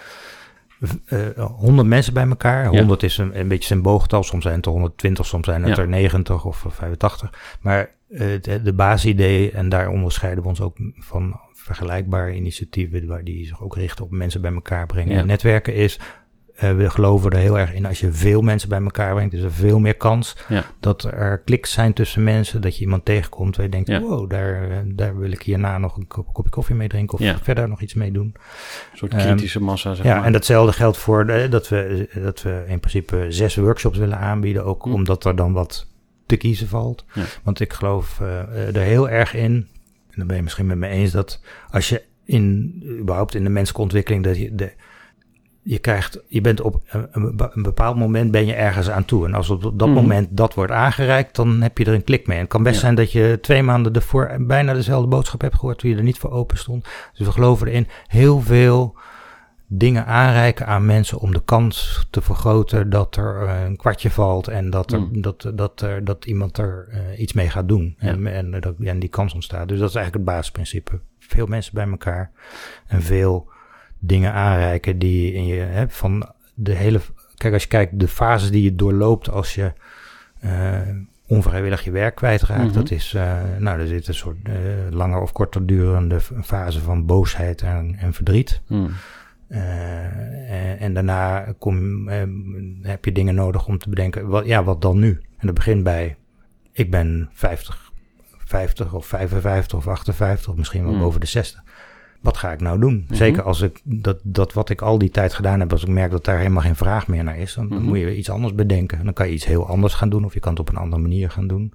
honderd uh, mensen bij elkaar. honderd ja. is een, een beetje symboolgetal. Soms zijn het er honderdtwintig, soms zijn het ja. er negentig of vijfentachtig. Maar uh, de, de basisidee, en daar onderscheiden we ons ook van vergelijkbare initiatieven, waar die zich ook richten op mensen bij elkaar brengen. Ja. En netwerken is, uh, we geloven er heel erg in, als je veel mensen bij elkaar brengt, is er veel meer kans ja. dat er kliks zijn tussen mensen, dat je iemand tegenkomt waar je denkt, ja. wow, daar, daar wil ik hierna nog een kop, kopje koffie mee drinken of ja. verder nog iets mee doen. Een soort kritische um, massa, zeg ja, maar. En datzelfde geldt voor de, dat, we, dat we in principe zes workshops willen aanbieden, ook mm. omdat er dan wat te kiezen valt. Ja. Want ik geloof uh, er heel erg in, en dan ben je misschien met me eens, dat als je in, überhaupt in de menselijke ontwikkeling, dat je de Je krijgt, je bent op een, een bepaald moment ben je ergens aan toe. En als op dat mm-hmm. moment dat wordt aangereikt, dan heb je er een klik mee. En het kan best ja. zijn dat je twee maanden ervoor bijna dezelfde boodschap hebt gehoord, toen je er niet voor open stond. Dus we geloven erin heel veel dingen aanreiken aan mensen om de kans te vergroten dat er een kwartje valt en dat, er, mm. dat, dat, er, dat iemand er uh, iets mee gaat doen. Ja. En, en, dat, en die kans ontstaat. Dus dat is eigenlijk het basisprincipe. Veel mensen bij elkaar en veel dingen aanreiken die in je hè, van de hele. Kijk, als je kijkt de fases die je doorloopt als je uh, onvrijwillig je werk kwijtraakt, mm-hmm. dat is, uh, nou, er zit een soort uh, langer of korter durende fase van boosheid en, en verdriet. Mm. Uh, en, en daarna kom, uh, heb je dingen nodig om te bedenken, wat, ja, wat dan nu? En dat begint bij, ik ben vijftig, vijftig of vijfenvijftig of achtenvijftig of misschien wel mm. boven de zestig. Wat ga ik nou doen? Mm-hmm. Zeker als ik dat, dat wat ik al die tijd gedaan heb, als ik merk dat daar helemaal geen vraag meer naar is, dan, mm-hmm. dan moet je iets anders bedenken. Dan kan je iets heel anders gaan doen of je kan het op een andere manier gaan doen.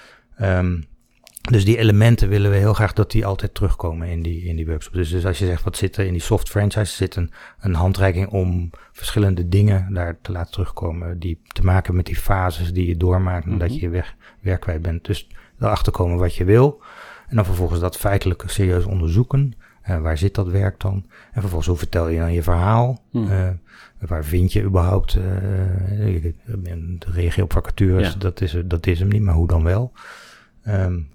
Um, dus die elementen willen we heel graag dat die altijd terugkomen in die, in die workshop. Dus, dus als je zegt, wat zit er in die soft franchise, zit een, een handreiking om verschillende dingen daar te laten terugkomen, die te maken met die fases die je doormaakt, mm-hmm. dat je je weg, werk kwijt bent. Dus erachter komen wat je wil en dan vervolgens dat feitelijk serieus onderzoeken. Uh, waar zit dat werk dan? En vervolgens, hoe vertel je dan je verhaal? Hmm. Uh, waar vind je überhaupt? Uh, reageer je op vacatures? Ja. Dat, is, dat is hem niet, maar hoe dan wel? Um,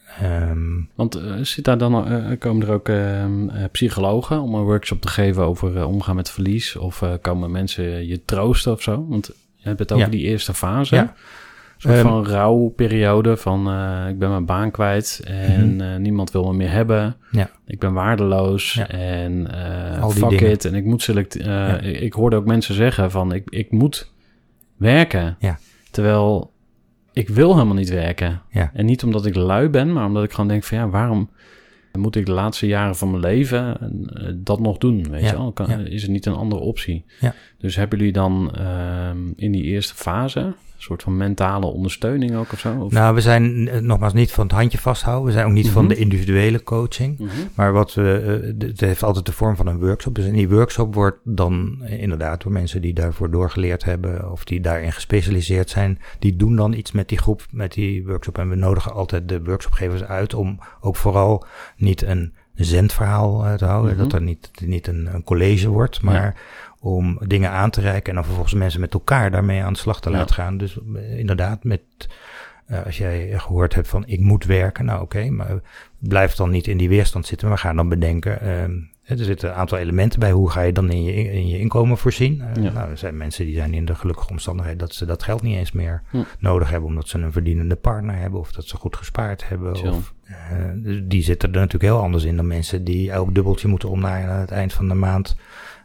um, Want uh, zit daar dan, uh, komen er ook uh, psychologen om een workshop te geven over uh, omgaan met verlies? Of uh, komen mensen je troosten of zo? Want je hebt het over ja. die eerste fase. Ja. Een soort um, van rouwperiode van uh, ik ben mijn baan kwijt en mm-hmm. uh, niemand wil me meer hebben. Ja. Ik ben waardeloos ja. en uh, fuck dingen. it. En ik moet select. Uh, ja. ik, ik hoorde ook mensen zeggen van ik, ik moet werken. Ja. Terwijl ik wil helemaal niet werken. Ja. En niet omdat ik lui ben, maar omdat ik gewoon denk van ja, waarom moet ik de laatste jaren van mijn leven uh, dat nog doen? Weet ja. je wel? Kan, ja. Is er niet een andere optie? Ja. Dus hebben jullie dan uh, in die eerste fase een soort van mentale ondersteuning ook of zo? Of? Nou, we zijn uh, nogmaals niet van het handje vasthouden. We zijn ook niet mm-hmm. van de individuele coaching. Mm-hmm. Maar wat we, uh, het heeft altijd de vorm van een workshop. Dus in die workshop wordt dan uh, inderdaad door mensen die daarvoor doorgeleerd hebben of die daarin gespecialiseerd zijn, die doen dan iets met die groep, met die workshop. En we nodigen altijd de workshopgevers uit om ook vooral niet een zendverhaal uh, te houden. Mm-hmm. Dat er niet, niet een, een college wordt, maar ja. om dingen aan te reiken en dan vervolgens mensen met elkaar daarmee aan de slag te Ja. laten gaan. Dus uh, inderdaad, met, uh, als jij gehoord hebt van ik moet werken, nou oké, okay, maar blijf dan niet in die weerstand zitten. Maar ga dan bedenken, uh, er zitten een aantal elementen bij. Hoe ga je dan in je, in je inkomen voorzien? Uh, Ja. Nou, er zijn mensen die zijn in de gelukkige omstandigheid dat ze dat geld niet eens meer Hm. nodig hebben, omdat ze een verdienende partner hebben of dat ze goed gespaard hebben. Chill. Of, uh, die zitten er natuurlijk heel anders in dan mensen die elk dubbeltje moeten omdraaien aan het eind van de maand.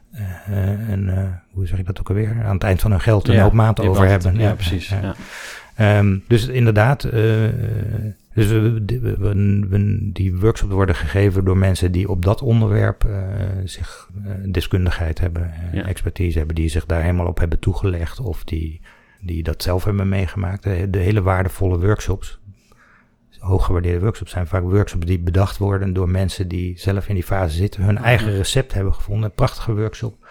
Uh, en uh, hoe zeg ik dat ook alweer? Aan het eind van hun geld een Ja, hoop maand die over wacht. hebben. Ja, precies. Ja. Ja. Um, dus inderdaad, uh, dus we, we, we, we, die workshops worden gegeven door mensen die op dat onderwerp uh, zich uh, deskundigheid hebben, uh, Ja. expertise hebben, die zich daar helemaal op hebben toegelegd of die, die dat zelf hebben meegemaakt. De, de hele waardevolle workshops, hooggewaardeerde workshops, zijn vaak workshops die bedacht worden door mensen die zelf in die fase zitten, hun eigen recept hebben gevonden. Een prachtige workshop.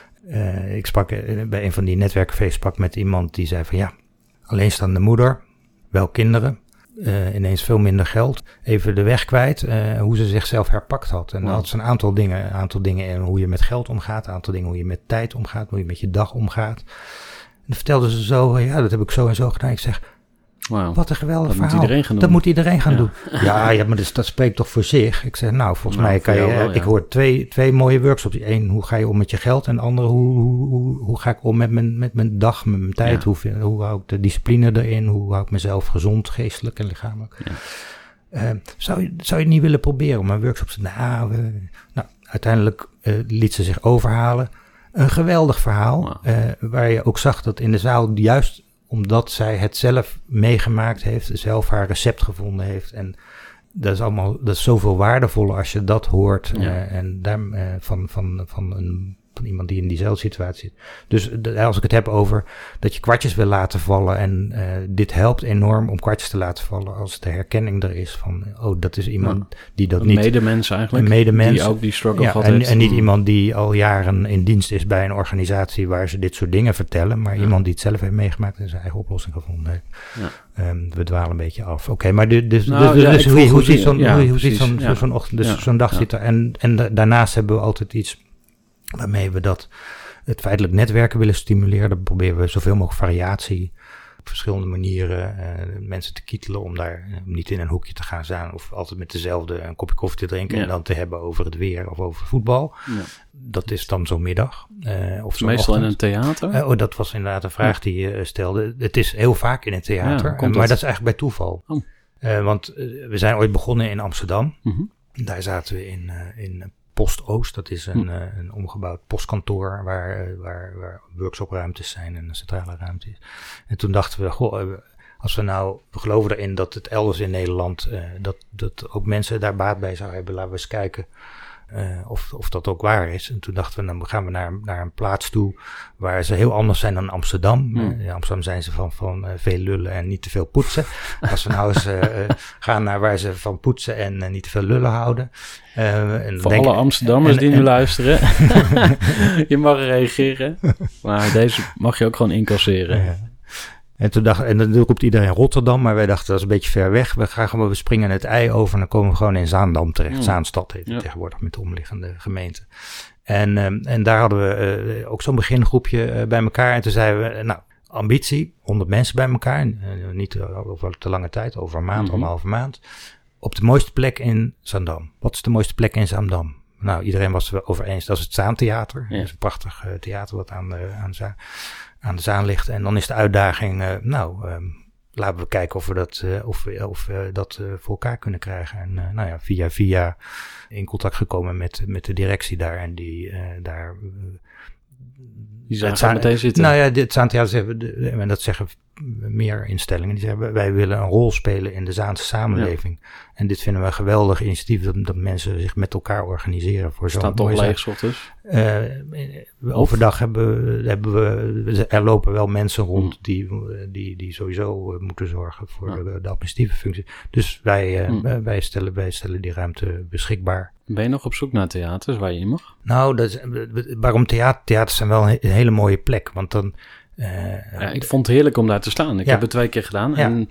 Uh, ik sprak uh, bij een van die netwerkfeesten sprak met iemand die zei van ja, alleenstaande moeder, wel kinderen, uh, ineens veel minder geld, even de weg kwijt, uh, hoe ze zichzelf herpakt had. En dan Wow. had ze een aantal dingen, een aantal dingen in hoe je met geld omgaat, een aantal dingen hoe je met tijd omgaat, hoe je met je dag omgaat. En dan vertelde ze zo, ja, dat heb ik zo en zo gedaan. Ik zeg, Wauw. wat een geweldig Dat moet verhaal. iedereen gaan doen. Dat moet iedereen gaan Ja. doen. Ja, ja, maar dus, dat spreekt toch voor zich. Ik zeg, nou, volgens Nou, mij kan je, voor jou wel, ik ja. hoor twee, twee mooie workshops. Eén, hoe ga je om met je geld? En de andere, hoe, hoe, hoe, hoe ga ik om met mijn, met mijn dag, met mijn tijd? Ja. Hoe, vind- hoe hou ik de discipline erin? Hoe hou ik mezelf gezond, geestelijk en lichamelijk? Ja. Uh, zou, je, zou je het niet willen proberen om een workshop te nou, uh, nou, uiteindelijk uh, liet ze zich overhalen. Een geweldig verhaal, Wow. uh, waar je ook zag dat in de zaal juist omdat zij het zelf meegemaakt heeft, zelf haar recept gevonden heeft. En dat is allemaal, dat is zoveel waardevoller als je dat hoort. Ja. Uh, en daar, uh, van, van, van, een, van iemand die in diezelfde situatie zit. Dus de, als ik het heb over dat je kwartjes wil laten vallen. En uh, dit helpt enorm om kwartjes te laten vallen. Als de herkenning er is van, oh, dat is iemand die dat Een niet... medemens eigenlijk. Een medemens. Die ook die struggle Ja, gehad en, heeft. en niet iemand die al jaren in dienst is bij een organisatie waar ze dit soort dingen vertellen, maar Ja. iemand die het zelf heeft meegemaakt en zijn eigen oplossing gevonden heeft. Ja. Um, we dwalen een beetje af. Oké, okay, maar dus, dus, Nou, dus, ja, dus ik hoe, vroeg hoe hoe ziet die- zo'n ja, hoe, hoe ziet precies, zo'n ja. zo'n ochtend, dus Ja. zo'n dag Ja. zit er. En, en da- daarnaast hebben we altijd iets waarmee we dat het feitelijk netwerken willen stimuleren. Dan proberen we zoveel mogelijk variatie op verschillende manieren uh, mensen te kietelen om daar uh, niet in een hoekje te gaan staan of altijd met dezelfde een kopje koffie te drinken Ja. en dan te hebben over het weer of over voetbal. Ja. Dat is dan zo'n middag. Uh, of zo'n Meestal in ochtend. een theater. Uh, oh, dat was inderdaad een vraag die je uh, stelde. Het is heel vaak in een theater, Ja, komt uh, maar dat? dat is eigenlijk bij toeval. Oh. Uh, want uh, we zijn ooit begonnen in Amsterdam. Mhm. Daar zaten we in, uh, in Post Oost. Dat is een, Hm. uh, een omgebouwd postkantoor waar, uh, waar, waar workshopruimtes zijn en een centrale ruimte is. En toen dachten we, goh, uh, als we nou, we geloven erin dat het elders in Nederland, uh, dat, dat ook mensen daar baat bij zouden hebben. Laten we eens kijken uh, of, of dat ook waar is. En toen dachten we, dan gaan we naar, naar een plaats toe waar ze heel anders zijn dan Amsterdam. Hmm. Uh, in Amsterdam zijn ze van, van uh, veel lullen en niet te veel poetsen. Als we nou eens uh, uh, gaan naar waar ze van poetsen en uh, niet te veel lullen houden. Uh, en Voor denk- alle Amsterdammers en- die nu en- luisteren. Je mag reageren. Maar deze mag je ook gewoon incasseren. Ja. En toen dacht, en dan roept iedereen Rotterdam, maar wij dachten dat is een beetje ver weg. We gaan gewoon, we springen het ei over en dan komen we gewoon in Zaandam terecht. Hmm. Zaanstad heet het Ja. tegenwoordig met de omliggende gemeenten. En, um, en daar hadden we uh, ook zo'n begingroepje uh, bij elkaar. En toen zeiden we, uh, nou, ambitie, honderd mensen bij elkaar. Uh, niet uh, over te lange tijd, over een maand, Mm-hmm. anderhalve maand. Op de mooiste plek in Zaandam. Wat is de mooiste plek in Zaandam? Nou, iedereen was het over eens. Dat is het Zaantheater. Ja. Dat is een prachtig uh, theater wat aan de, aan, de Zaan, aan de Zaan ligt. En dan is de uitdaging, uh, nou, um, laten we kijken of we dat, uh, of we, of we dat uh, voor elkaar kunnen krijgen. En uh, nou ja, via via in contact gekomen met, met de directie daar. En die uh, daar... Uh, Die zijn het gaan Zaan- meteen zitten. Nou ja, dit Zaantheater zeggen, de- de- en dat zeggen meer instellingen, die zeggen wij willen een rol spelen in de Zaanse samenleving. Ja. En dit vinden we een geweldig initiatief, dat, dat mensen zich met elkaar organiseren voor zo'n Staat toch mooie leeg, zaak. 's ochtends? Uh, overdag hebben, we- hebben we, er lopen wel mensen rond Mm. die, die, die sowieso uh, moeten zorgen voor Ja. de, de administratieve functie. Dus wij, uh, Mm. wij, stellen, wij stellen die ruimte beschikbaar. Ben je nog op zoek naar theaters waar je in mag? Nou, dat is, waarom theater? Theaters zijn wel een, een hele mooie plek, want dan... Uh, Ja, ik vond het heerlijk om daar te staan. Ik Ja. heb het twee keer gedaan. Ja. En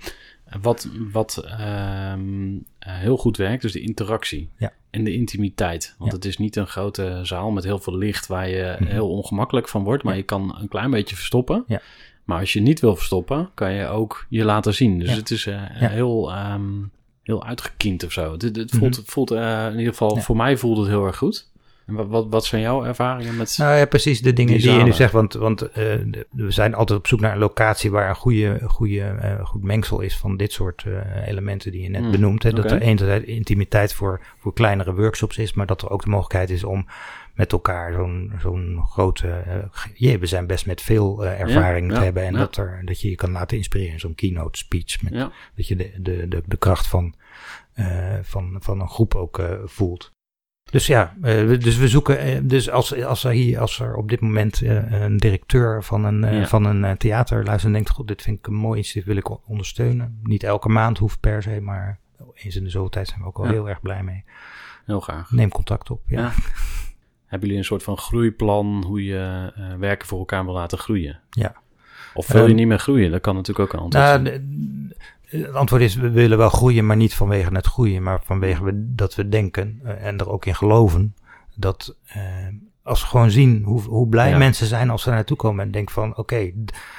Wat, wat um, uh, heel goed werkt, is de interactie ja. en de intimiteit. Want ja. het is niet een grote zaal met heel veel licht waar je Mm-hmm. heel ongemakkelijk van wordt. Maar ja. je kan een klein beetje verstoppen. Ja. Maar als je niet wil verstoppen, kan je ook je laten zien. Dus ja. het is uh, ja. heel, um, heel uitgekiend of zo. Het, het voelt, Mm-hmm. voelt uh, in ieder geval, ja. voor mij voelt het heel erg goed. En wat, wat, wat zijn jouw ervaringen met... Nou ja, precies de dingen die, die je nu zalen. zegt. Want, want uh, we zijn altijd op zoek naar een locatie waar een goede, goede, uh, goed mengsel is van dit soort uh, elementen die je net mm, benoemt. Hè. Dat okay. er enerzijds intimiteit voor, voor kleinere workshops is, maar dat er ook de mogelijkheid is om met elkaar zo'n, zo'n grote... Uh, yeah, we zijn best met veel uh, ervaring ja, te ja, hebben en ja. dat, er, dat je je kan laten inspireren in zo'n keynote speech. Met, ja. Dat je de, de, de, de kracht van, uh, van, van een groep ook uh, voelt. Dus ja, uh, dus we zoeken, uh, dus als, als, er hier, als er op dit moment uh, een directeur van een, uh, ja. van een uh, theater luistert en denkt, goed, dit vind ik een mooi initiatief, wil ik ondersteunen. Niet elke maand hoeft per se, maar eens in de zoveel tijd zijn we ook wel ja. heel erg blij mee. Heel graag. Neem contact op, ja. ja. Hebben jullie een soort van groeiplan hoe je uh, werken voor elkaar wil laten groeien? Ja. Of wil je um, niet meer groeien? Dat kan natuurlijk ook een antwoord nou, zijn. Het antwoord is, we willen wel groeien, maar niet vanwege het groeien, maar vanwege we, dat we denken uh, en er ook in geloven, dat uh, als we gewoon zien hoe, hoe blij ja. mensen zijn als ze naartoe komen en denken van, oké, okay,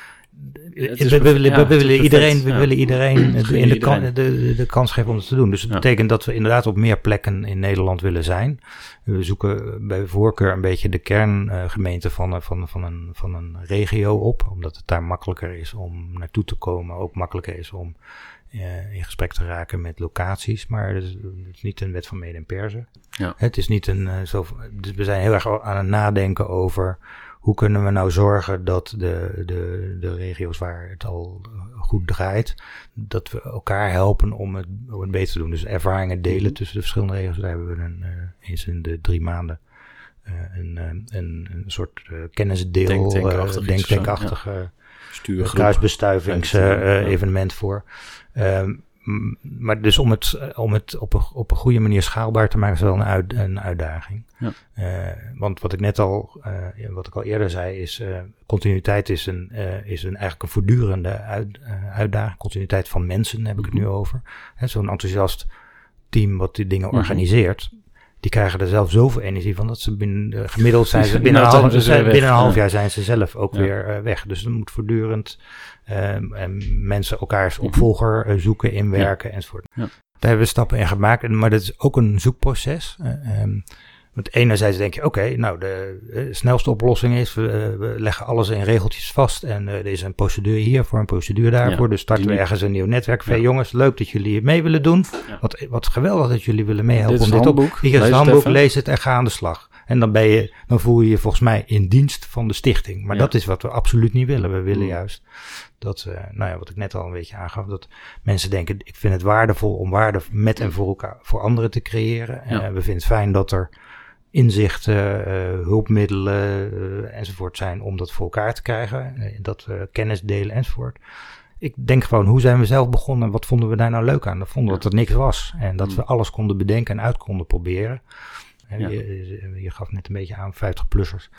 we, we, perf- willen, ja, we willen iedereen, we ja. willen iedereen, de, in de, iedereen. kan, de, de, de kans geven om het te doen. Dus het ja. betekent dat we inderdaad op meer plekken in Nederland willen zijn. We zoeken bij voorkeur een beetje de kerngemeente uh, van, van, van, een, van een regio op, omdat het daar makkelijker is om naartoe te komen, ook makkelijker is om uh, in gesprek te raken met locaties. Maar het is, het is niet een wet van mede en persen. Ja. Het is niet een uh, zo. Dus we zijn heel erg aan het nadenken over hoe kunnen we nou zorgen dat de, de, de regio's waar het al goed draait, dat we elkaar helpen om het, om het beter te doen. Dus ervaringen delen tussen de verschillende regio's. Daar hebben we een, uh, eens in de drie maanden uh, een, een, een soort uh, kennisdeel, Denktankachtig uh, denktankachtige ja. kruisbestuivings uh, uh, evenement voor. Um, Maar dus om het, om het op, een, op een goede manier schaalbaar te maken is wel een, uit, een uitdaging. Ja. Uh, want wat ik net al, uh, wat ik al eerder zei, is uh, continuïteit is een, uh, is een eigenlijk een voortdurende uit, uh, uitdaging. Continuïteit van mensen heb ik het nu over. He, zo'n enthousiast team wat die dingen Mm-hmm. organiseert, die krijgen er zelf zoveel energie van dat ze binnen, uh, gemiddeld zijn ze binnen, nou, een, half, ze zijn, binnen een half ja. jaar zijn ze zelf ook ja. weer uh, weg. Dus er moet voortdurend Um, en mensen elkaars opvolger uh, zoeken, inwerken ja. enzovoort. Ja. Daar hebben we stappen in gemaakt, maar dat is ook een zoekproces. Uh, um, want enerzijds denk je, oké, okay, nou de uh, snelste oplossing is, we, uh, we leggen alles in regeltjes vast en uh, er is een procedure hiervoor, een procedure daarvoor. Ja, dus starten we niet... ergens een nieuw netwerk. Van, ja. jongens, leuk dat jullie mee willen doen. Ja. Wat, wat geweldig dat jullie willen meehelpen. Dit is om dit handboek. Op, hier is het handboek, lees het en ga aan de slag. En dan ben je, dan voel je je volgens mij in dienst van de stichting. Maar ja. dat is wat we absoluut niet willen. We willen mm. juist dat, uh, nou ja, wat ik net al een beetje aangaf, dat mensen denken, ik vind het waardevol om waarde met en voor elkaar, voor anderen te creëren. Ja. Uh, we vinden het fijn dat er inzichten, uh, hulpmiddelen uh, enzovoort zijn om dat voor elkaar te krijgen. Uh, dat we kennis delen enzovoort. Ik denk gewoon, hoe zijn we zelf begonnen? Wat vonden we daar nou leuk aan? We vonden ja. dat er niks was. En dat mm. we alles konden bedenken en uit konden proberen. Ja. Je, je gaf net een beetje aan vijftig-plussers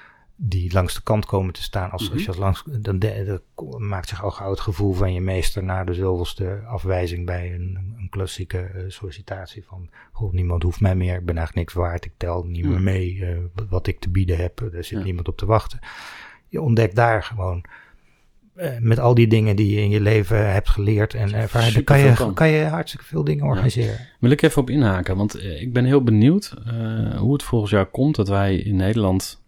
die langs de kant komen te staan. Als, mm-hmm. als je als langs, dan de, de, maakt zich al gauw het gevoel van je meester na de zoveelste afwijzing bij een, een klassieke uh, sollicitatie van, goh, niemand hoeft mij meer, ik ben eigenlijk niks waard, ik tel niet mm. meer mee uh, wat ik te bieden heb, er zit ja. niemand op te wachten. Je ontdekt daar gewoon uh, met al die dingen die je in je leven hebt geleerd en ervaren, dan kan je, kan. kan je hartstikke veel dingen organiseren. Ja. Wil ik even op inhaken, want uh, ik ben heel benieuwd uh, hoe het volgens jou komt dat wij in Nederland,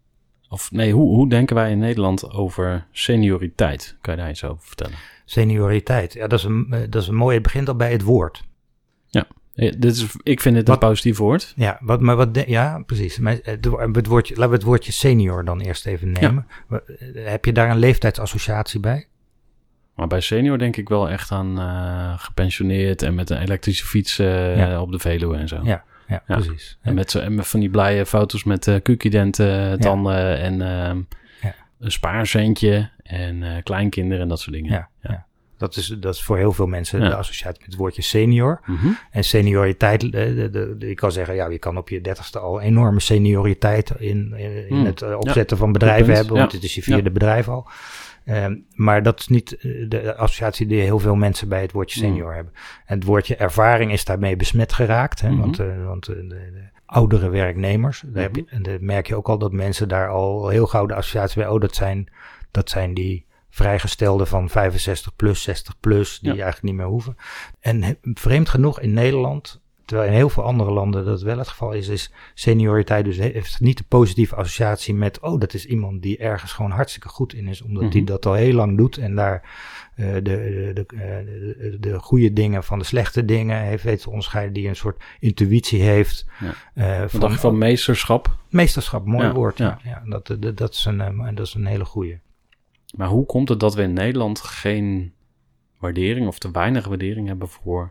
of nee, hoe, hoe denken wij in Nederland over senioriteit? Kan je daar iets over vertellen? Senioriteit, ja, dat is een, dat is een mooie, het begint al bij het woord. Ja. Dit is, ik vind het wat, een positief woord. Ja, wat, maar wat de, ja, precies. Maar het, het woordje, laten we het woordje senior dan eerst even nemen. Ja. Heb je daar een leeftijdsassociatie bij? Maar bij senior denk ik wel echt aan uh, gepensioneerd en met een elektrische fiets uh, ja. op de Veluwe en zo. Ja, ja, ja. precies. En met, zo, en met van die blije foto's met uh, Q-identen, tanden ja. en uh, ja. een spaarcentje en uh, kleinkinderen en dat soort dingen. Ja, ja. ja. Dat is, dat is voor heel veel mensen Ja. de associatie met het woordje senior. Mm-hmm. En senioriteit, de, de, de, de, je kan zeggen, ja, je kan op je dertigste al enorme senioriteit in, in, in Mm. het uh, opzetten Ja. van bedrijven Goed punt. hebben, want Ja. het is je vierde Ja. bedrijf al. Um, maar dat is niet uh, de associatie die heel veel mensen bij het woordje senior Mm. hebben. En het woordje ervaring is daarmee besmet geraakt, hè, Mm-hmm. want, uh, want uh, de, de oudere werknemers, daar, heb je, en daar merk je ook al dat mensen daar al heel gauw de associatie bij, oh, dat zijn, dat zijn die vrijgestelden van vijfenzestig plus, zestig plus, die Ja. eigenlijk niet meer hoeven. En he, vreemd genoeg in Nederland, terwijl in heel veel andere landen dat wel het geval is, is senioriteit dus heeft niet de positieve associatie met, oh, dat is iemand die ergens gewoon hartstikke goed in is, omdat hij Mm-hmm. dat al heel lang doet en daar uh, de, de, de, de, de goede dingen van de slechte dingen heeft weten te onderscheiden, die een soort intuïtie heeft. Ja. Uh, Wat van, dacht je van meesterschap? meesterschap, mooi Ja, woord. Ja. ja. Ja, dat, dat, dat, is een, uh, dat is een hele goeie. Maar hoe komt het dat we in Nederland geen waardering of te weinig waardering hebben voor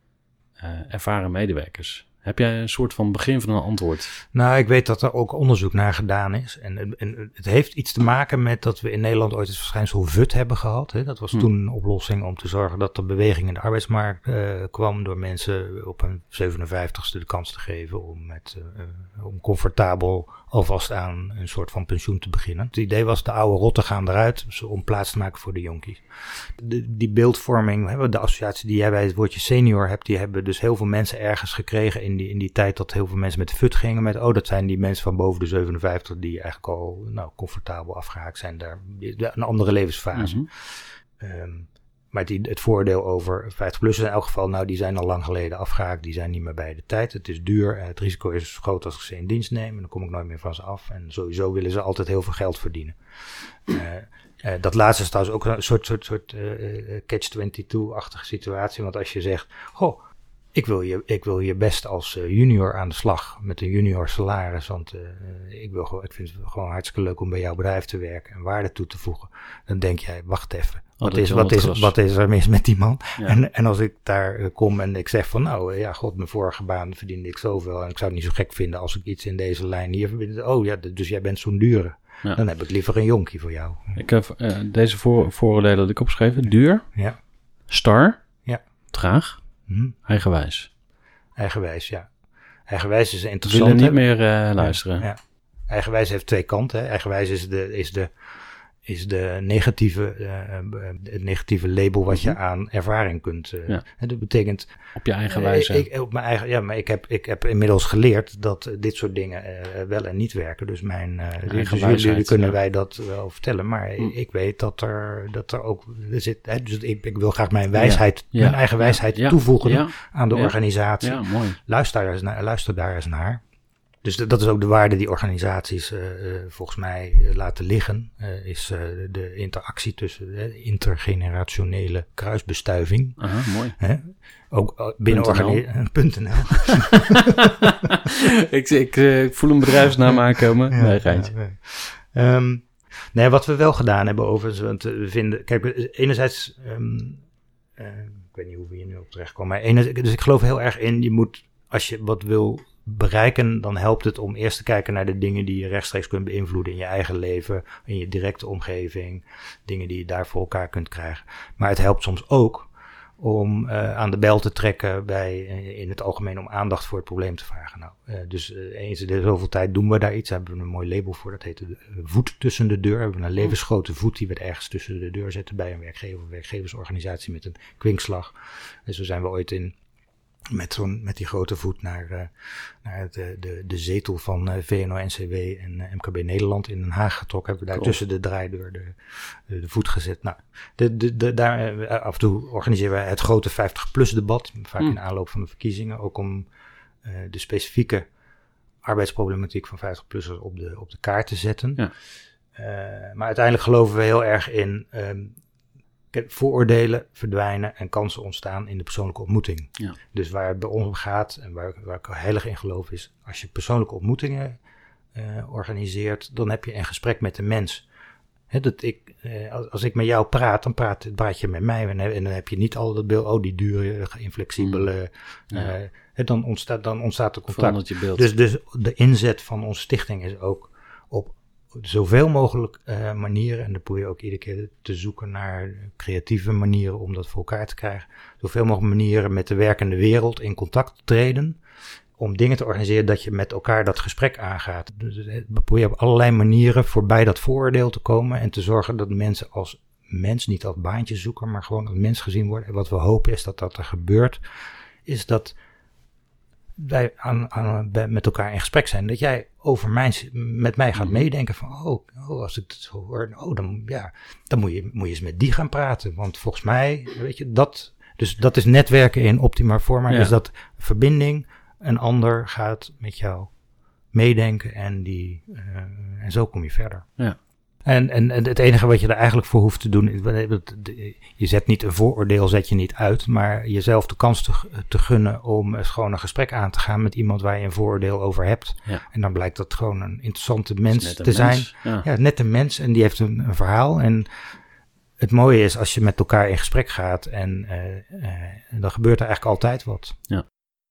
uh, ervaren medewerkers? Heb jij een soort van begin van een antwoord? Nou, ik weet dat er ook onderzoek naar gedaan is. En, en het heeft iets te maken met dat we in Nederland ooit het verschijnsel V U T hebben gehad. Hè. Dat was Hm. toen een oplossing om te zorgen dat er beweging in de arbeidsmarkt uh, kwam, door mensen op hun zevenenvijftigste de kans te geven om, met, uh, om comfortabel alvast aan een soort van pensioen te beginnen. Het idee was, de oude rotten gaan eruit om plaats te maken voor de jonkies. De, die beeldvorming, de associatie die jij bij het woordje senior hebt, die hebben dus heel veel mensen ergens gekregen in die, in die tijd dat heel veel mensen met de V U T gingen met, oh, dat zijn die mensen van boven de zevenenvijftig die eigenlijk al nou, comfortabel afgehaakt zijn, daar een andere levensfase. Mm-hmm. Um, maar het, het voordeel over vijftig-plussers in elk geval, nou, die zijn al lang geleden afgehaakt, die zijn niet meer bij de tijd. Het is duur, het risico is groot als ik ze in dienst neem en dan kom ik nooit meer van ze af. En sowieso willen ze altijd heel veel geld verdienen. Uh, uh, dat laatste is trouwens ook een soort, soort, soort uh, catch twenty-two-achtige situatie, want als je zegt, goh, Ik wil, je, ik wil je best als uh, junior aan de slag met een junior salaris. Want uh, ik, wil gewoon, ik vind het gewoon hartstikke leuk om bij jouw bedrijf te werken en waarde toe te voegen. Dan denk jij, wacht even. Wat, Oh, is, wat, is, wat is er mis met die man? Ja. En, en als ik daar uh, kom en ik zeg van nou, uh, ja god, mijn vorige baan verdiende ik zoveel. En ik zou het niet zo gek vinden als ik iets in deze lijn hier verbind. Oh ja, dus jij bent zo'n dure. Ja. Dan heb ik liever een jonkie voor jou. Ik heb uh, deze voor, vooroordelen had ik opgeschreven. Duur. Ja. Star. Ja. Traag. Hm. Eigenwijs. Eigenwijs, ja. Eigenwijs is We interessant. willen niet hè? meer uh, luisteren. Ja, ja. Eigenwijs heeft twee kanten. Hè. Eigenwijs is de, is de, is de negatieve, uh, het negatieve label wat mm-hmm. je aan ervaring kunt. Uh, Ja. Dat betekent. Op je eigen wijze. Uh, ik, op mijn eigen, ja, maar ik heb, ik heb inmiddels geleerd dat uh, dit soort dingen uh, wel en niet werken. Dus mijn. Uh, dus jullie, jullie kunnen ja. wij dat wel vertellen. Maar mm. ik weet dat er, dat er ook. Er zit, hè, dus ik, ik wil graag mijn wijsheid, ja. Ja. mijn eigen wijsheid ja. toevoegen ja. aan de ja. organisatie. Ja, mooi. Luister daar eens naar. Luister daar eens naar. Dus de, dat is ook de waarde die organisaties uh, uh, volgens mij uh, laten liggen. Uh, is uh, de interactie tussen de uh, intergenerationele kruisbestuiving. Aha, mooi. Hè? Ook uh, binnen organisaties. .nl. ik, ik uh, voel een bedrijfsnaam aankomen. Ja, nee, geintje. Ja, nee. Um, nee, wat we wel gedaan hebben overigens, want we vinden, kijk, enerzijds, um, uh, ik weet niet hoe we hier nu op terecht komen, maar enerzijds, dus ik geloof heel erg in, je moet, als je wat wil bereiken, dan helpt het om eerst te kijken naar de dingen die je rechtstreeks kunt beïnvloeden in je eigen leven, in je directe omgeving, dingen die je daar voor elkaar kunt krijgen. Maar het helpt soms ook om uh, aan de bel te trekken bij, uh, in het algemeen om aandacht voor het probleem te vragen. Nou, uh, dus uh, eens in de zoveel tijd doen we daar iets, daar hebben we een mooi label voor, dat heet de uh, voet tussen de deur. We hebben een levensgrote voet die we ergens tussen de deur zetten bij een werkgever of werkgeversorganisatie met een kwinkslag. Dus zo zijn we ooit in Met, zo'n, met die grote voet naar, uh, naar de, de, de zetel van uh, V N O N C W en uh, M K B Nederland in Den Haag getrokken. Hebben we daar cool. tussen de draaideur de, de, de voet gezet. Nou, de, de, de, daar, uh, af en toe organiseren wij het grote vijftig plus debat. Vaak mm. in aanloop van de verkiezingen. Ook om uh, de specifieke arbeidsproblematiek van vijftig-plussers op de, op de kaart te zetten. Ja. Uh, maar uiteindelijk geloven we heel erg in Um, vooroordelen verdwijnen en kansen ontstaan in de persoonlijke ontmoeting. Ja. Dus waar het bij ons om gaat en waar, waar ik heilig in geloof is, als je persoonlijke ontmoetingen uh, organiseert, dan heb je een gesprek met de mens. He, dat ik, uh, als, als ik met jou praat, dan praat, praat je met mij en, en dan heb je niet al dat beeld, oh die dure, inflexibele, mm. ja. uh, he, dan, ontstaat, dan ontstaat er contact. Je beeld. Dus, dus de inzet van onze stichting is ook op zoveel mogelijk uh, manieren, en dan probeer je ook iedere keer te zoeken naar creatieve manieren om dat voor elkaar te krijgen. Zoveel mogelijk manieren met de werkende wereld in contact treden. Om dingen te organiseren dat je met elkaar dat gesprek aangaat. Dus we proberen op allerlei manieren voorbij dat vooroordeel te komen. En te zorgen dat mensen als mens, niet als baantjezoeker, maar gewoon als mens gezien worden. En wat we hopen is dat dat er gebeurt. Is dat wij aan, aan, met elkaar in gesprek zijn. Dat jij over mijn, met mij gaat meedenken van, oh, oh als ik het zo hoor, oh, dan, ja, dan moet je, moet je eens met die gaan praten. Want volgens mij, weet je, dat, dus dat is netwerken in optima forma. Ja. Is dat verbinding, een ander gaat met jou meedenken en, die, uh, en zo kom je verder. Ja. En, en, en het enige wat je er eigenlijk voor hoeft te doen, je zet niet een vooroordeel, zet je niet uit, maar jezelf de kans te, te gunnen om gewoon een gesprek aan te gaan met iemand waar je een vooroordeel over hebt. Ja. En dan blijkt dat gewoon een interessante mens een te mens. zijn. Ja. Ja, net een mens en die heeft een, een verhaal. En het mooie is als je met elkaar in gesprek gaat en uh, uh, dan gebeurt er eigenlijk altijd wat. Ja.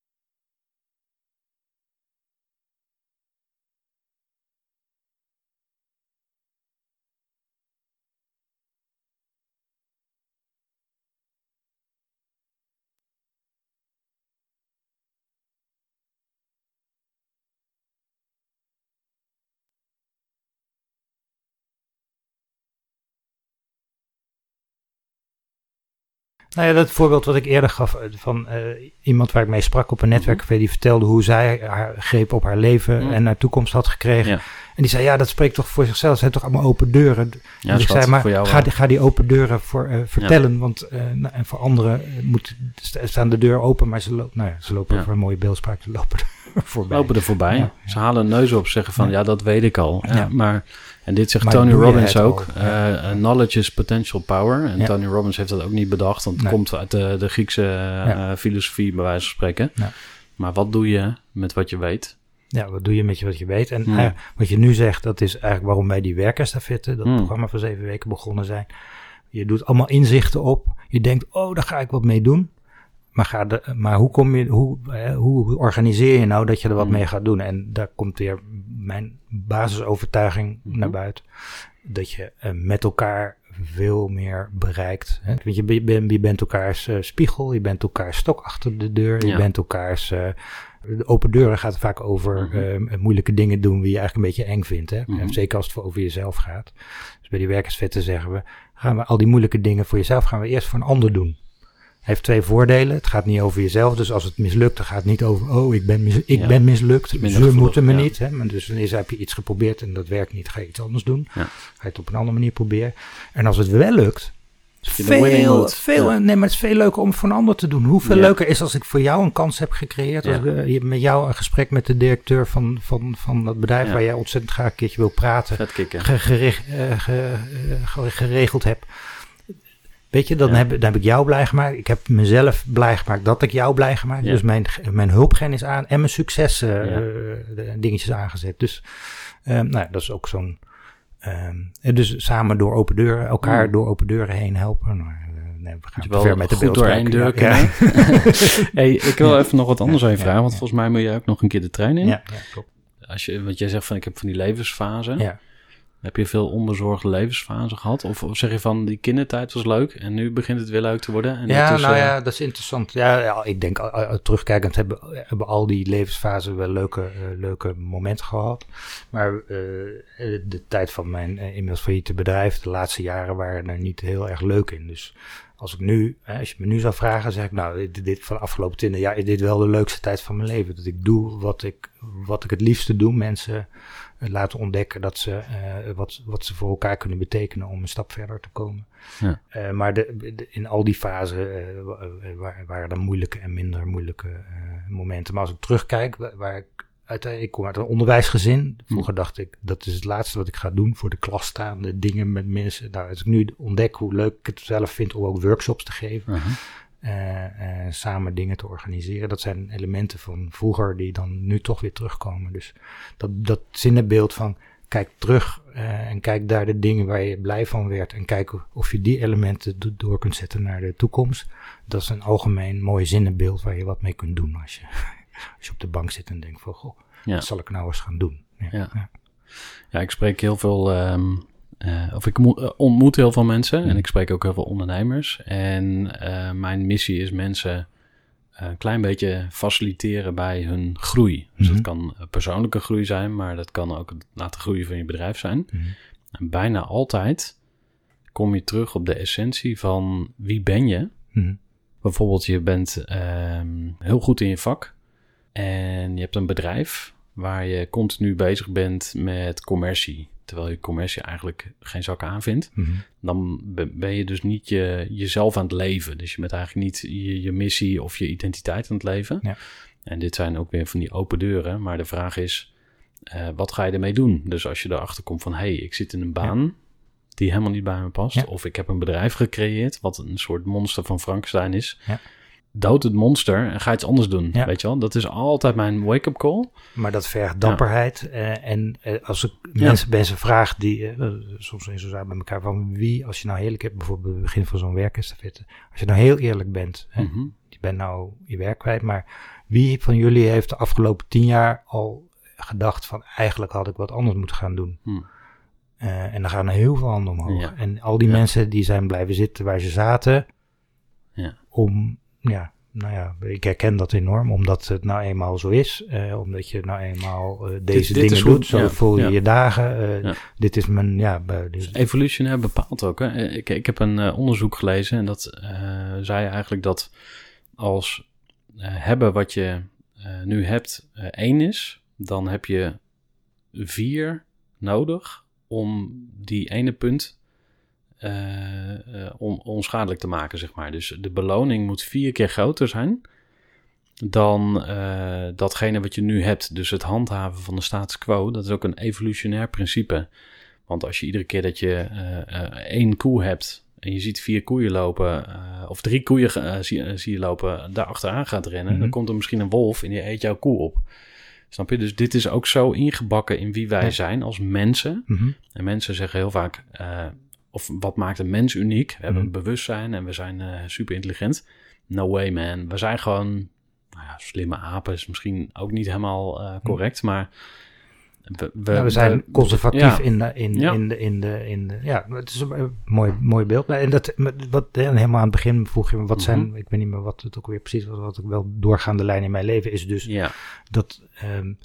Nou ja, dat voorbeeld wat ik eerder gaf van uh, iemand waar ik mee sprak op een netwerkcafé, die vertelde hoe zij haar greep op haar leven mm. en haar toekomst had gekregen. Ja. En die zei, ja, dat spreekt toch voor zichzelf. Ze zijn toch allemaal open deuren. Ja, dus ik zei, maar jou, ga, die, ga die open deuren voor, uh, vertellen. Ja. Want uh, nou, en voor anderen moet, staan de deur open, maar ze, lo- nou ja, ze lopen ja. voor een mooie beeldspraak, ze lopen er voorbij. Lopen er voorbij. Ja, ja. Ze halen een neus op, zeggen van, ja, ja dat weet ik al. Ja, ja. Maar, en dit zegt maar Tony Robbins ook. Ja. Uh, knowledge is potential power. En ja. Tony Robbins heeft dat ook niet bedacht, want het nee. komt uit de, de Griekse uh, ja. filosofie, bij wijze van spreken. Ja. Maar wat doe je met wat je weet? Ja, wat doe je met je wat je weet? En hmm. uh, wat je nu zegt, dat is eigenlijk waarom wij die werkestafette, dat hmm. programma van zeven weken begonnen zijn. Je doet allemaal inzichten op. Je denkt, oh, daar ga ik wat mee doen. Maar, ga de, maar hoe, kom je, hoe, eh, hoe organiseer je nou dat je er wat hmm. mee gaat doen? En daar komt weer mijn basisovertuiging hmm. naar buiten. Dat je uh, met elkaar veel meer bereikt. Hè? Want je, je, je bent elkaars uh, spiegel, je bent elkaars stok achter de deur, je ja. bent elkaars... Uh, de open deuren gaat vaak over mm-hmm. uh, moeilijke dingen doen die je eigenlijk een beetje eng vindt. Hè? Mm-hmm. Zeker als het over jezelf gaat. Dus bij die werkersvetten zeggen we, gaan we al die moeilijke dingen voor jezelf gaan we eerst voor een ander doen. Hij heeft twee voordelen. Het gaat niet over jezelf. Dus als het mislukt, dan gaat het niet over, oh, ik ben, mis, ik ja. ben mislukt. Ze gevoelig, moeten me ja. niet. Hè? Maar dus dan heb je iets geprobeerd en dat werkt niet. Ga je iets anders doen. Ja. Ga je het op een andere manier proberen. En als het wel lukt, veel, veel, ja. nee, maar het is veel leuker om het voor een ander te doen. Hoeveel ja. leuker is als ik voor jou een kans heb gecreëerd. Ja. Als ik uh, met jou een gesprek met de directeur van, van, van dat bedrijf ja. waar jij ontzettend graag een keertje wil praten. Ge, gere, uh, ge, uh, geregeld heb. Weet je, dan, ja. heb, dan heb ik jou blij gemaakt. Ik heb mezelf blij gemaakt dat ik jou blij gemaakt. Ja. Dus mijn, mijn hulpgen is aan en mijn succes uh, ja. uh, dingetjes aangezet. Dus uh, nou, dat is ook zo'n... Um, dus samen door open deuren, elkaar mm. door open deuren heen helpen. Nou, nee, we gaan te ver met de beeld door één deur kunnen. Ja. Hey, ik wil ja. even nog wat anders ja, aan je vragen, ja, want ja. volgens mij moet je ook nog een keer de trein in. Ja, ja, klopt. Als je, want jij zegt van ik heb van die levensfase. Ja. Heb je veel onbezorgde levensfase gehad? Of, of zeg je van die kindertijd was leuk en nu begint het weer leuk te worden? En ja, dat is, nou uh... ja, dat is interessant. Ja, ja ik denk uh, terugkijkend hebben, hebben al die levensfasen wel leuke, uh, leuke momenten gehad. Maar uh, de tijd van mijn uh, inmiddels failliete bedrijf, de laatste jaren waren er niet heel erg leuk in. Dus als ik nu, hè, als je me nu zou vragen, zeg ik nou, dit, dit van de afgelopen twintig jaar is dit wel de leukste tijd van mijn leven. Dat ik doe wat ik, wat ik het liefste doe, mensen laten ontdekken dat ze, uh, wat, wat ze voor elkaar kunnen betekenen om een stap verder te komen. Ja. Uh, maar de, de, in al die fasen uh, waren, waren er moeilijke en minder moeilijke uh, momenten. Maar als ik terugkijk, waar, waar ik uiteindelijk, ik kom uit een onderwijsgezin. Vroeger dacht ik, dat is het laatste wat ik ga doen, voor de klas staan, de dingen met mensen. Nou, als ik nu ontdek hoe leuk ik het zelf vind om ook workshops te geven. Uh-huh. Uh, uh, samen dingen te organiseren. Dat zijn elementen van vroeger die dan nu toch weer terugkomen. Dus dat, dat zinnenbeeld van kijk terug uh, en kijk daar de dingen waar je blij van werd en kijk of je die elementen do- door kunt zetten naar de toekomst. Dat is een algemeen mooi zinnenbeeld waar je wat mee kunt doen als je, als je op de bank zit en denkt van goh, ja. wat zal ik nou eens gaan doen? Ja, ja. Ja. Ja, ik spreek heel veel, um, uh, of ik mo- uh, ontmoet heel veel mensen Mm. en ik spreek ook heel veel ondernemers. En uh, mijn missie is mensen uh, een klein beetje faciliteren bij hun groei. Dus Mm-hmm. dat kan persoonlijke groei zijn, maar dat kan ook het laten groeien van je bedrijf zijn. Mm-hmm. En bijna altijd kom je terug op de essentie van wie ben je? Mm-hmm. Bijvoorbeeld je bent um, heel goed in je vak en je hebt een bedrijf waar je continu bezig bent met commercie. Terwijl je commercie eigenlijk geen zak aanvindt. Mm-hmm. Dan ben je dus niet je, jezelf aan het leven. Dus je bent eigenlijk niet je, je missie of je identiteit aan het leven. Ja. En dit zijn ook weer van die open deuren. Maar de vraag is, uh, wat ga je ermee doen? Dus als je erachter komt van, hé, hey, ik zit in een baan... Ja. die helemaal niet bij me past. Ja. Of ik heb een bedrijf gecreëerd... wat een soort monster van Frankenstein is... Ja. Dood het monster en ga iets anders doen. Ja. Weet je wel? Dat is altijd mijn wake-up call. Maar dat vergt dapperheid. Ja. Uh, en uh, als ik ja. mensen, mensen vraag die uh, soms eens zo zijn met elkaar van wie, als je nou eerlijk hebt, bijvoorbeeld bij het begin van zo'n werkestafette, als je nou heel eerlijk bent, hè, mm-hmm. je bent nou je werk kwijt, maar wie van jullie heeft de afgelopen tien jaar al gedacht van eigenlijk had ik wat anders moeten gaan doen? Hmm. Uh, en dan gaan er heel veel handen omhoog. Ja. En al die ja. mensen die zijn blijven zitten waar ze zaten, ja. om ja, nou ja, ik herken dat enorm, omdat het nou eenmaal zo is. Uh, omdat je nou eenmaal uh, deze dit, dit dingen doet. Zo ja, voel je ja. je dagen. Uh, ja. Dit is mijn, ja... Dit is evolutionair bepaald ook. Hè? Ik, ik heb een uh, onderzoek gelezen en dat uh, zei eigenlijk dat als uh, hebben wat je uh, nu hebt uh, één is, dan heb je vier nodig om die ene punt Uh, uh, on, onschadelijk te maken, zeg maar. Dus de beloning moet vier keer groter zijn dan uh, datgene wat je nu hebt. Dus het handhaven van de status quo, dat is ook een evolutionair principe. Want als je iedere keer dat je uh, uh, één koe hebt en je ziet vier koeien lopen, uh, of drie koeien uh, zie, uh, zie je lopen, daar achteraan gaat rennen, mm-hmm. dan komt er misschien een wolf en die eet jouw koe op. Snap je? Dus dit is ook zo ingebakken in wie wij ja. zijn als mensen. Mm-hmm. En mensen zeggen heel vaak... Uh, Of wat maakt een mens uniek? We hebben mm-hmm. een bewustzijn en we zijn uh, super intelligent. No way, man. We zijn gewoon... Nou ja, slimme apen is misschien ook niet helemaal uh, correct, maar... We, we, ja, we zijn we, conservatief ja. in, de, in, ja. in, de, in, de, in de... Ja, het is een mooi, mooi beeld. En dat, wat, helemaal aan het begin vroeg je me, wat zijn... Mm-hmm. Ik weet niet meer wat het ook weer precies was, wat ook wel doorgaande lijn in mijn leven is. Dus ja. dat... Um,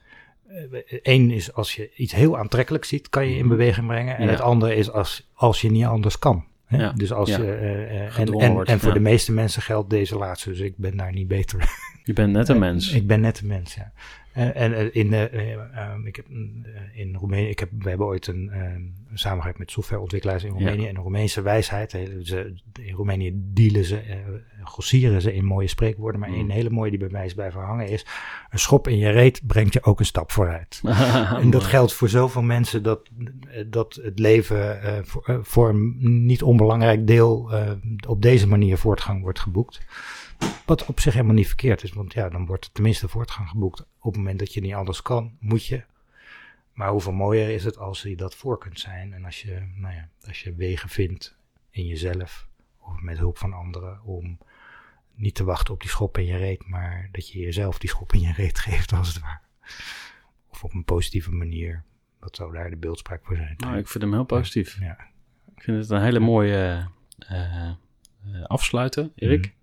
Eén is als je iets heel aantrekkelijk ziet, kan je in beweging brengen. En ja. het andere is als, als je niet anders kan. Hè? Ja. Dus als ja. je, uh, en, en, en voor ja. de meeste mensen geldt deze laatste. Dus ik ben daar niet beter. Je bent net een mens. Ik ben net een mens, ja. En, en in, uh, uh, ik heb, uh, in Roemenië, ik heb, we hebben ooit een uh, samengewerkt met softwareontwikkelaars in Roemenië. Ja. En de Roemeense wijsheid, ze, in Roemenië dealen ze, uh, grossieren ze in mooie spreekwoorden. Maar mm. een hele mooie die bij mij is blijven hangen is, een schop in je reet brengt je ook een stap vooruit. En dat geldt voor zoveel mensen dat, dat het leven uh, voor, uh, voor een niet onbelangrijk deel uh, op deze manier voortgang wordt geboekt. Wat op zich helemaal niet verkeerd is, want ja, dan wordt er tenminste voortgang geboekt. Op het moment dat je niet anders kan, moet je. Maar hoeveel mooier is het als je dat voor kunt zijn. En als je, nou ja, als je wegen vindt in jezelf of met hulp van anderen om niet te wachten op die schop in je reet, maar dat je jezelf die schop in je reet geeft als het ware. Of op een positieve manier. Wat zou daar de beeldspraak voor zijn? Nou, ik vind hem heel positief. Ja. Ja. Ik vind het een hele mooie uh, uh, afsluiten, Erik. Mm.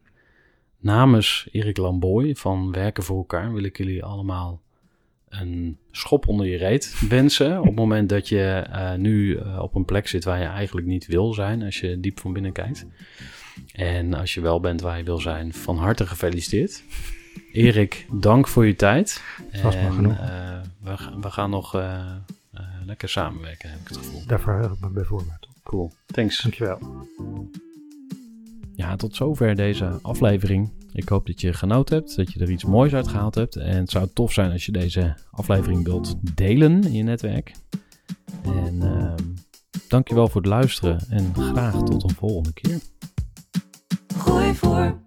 Namens Erik Lamboy van Werken voor elkaar wil ik jullie allemaal een schop onder je reet wensen. Op het moment dat je uh, nu uh, op een plek zit waar je eigenlijk niet wil zijn, als je diep van binnen kijkt. En als je wel bent waar je wil zijn, van harte gefeliciteerd. Erik, dank voor je tijd. Vast maar genoeg. Uh, we, we gaan nog uh, uh, lekker samenwerken, heb ik het gevoel. Daar verheug ik me bijvoorbeeld op. Cool, thanks. Dankjewel. Ja, tot zover deze aflevering. Ik hoop dat je genoten hebt, dat je er iets moois uit gehaald hebt. En het zou tof zijn als je deze aflevering wilt delen in je netwerk. En uh, dankjewel voor het luisteren en graag tot een volgende keer. Gooi voor.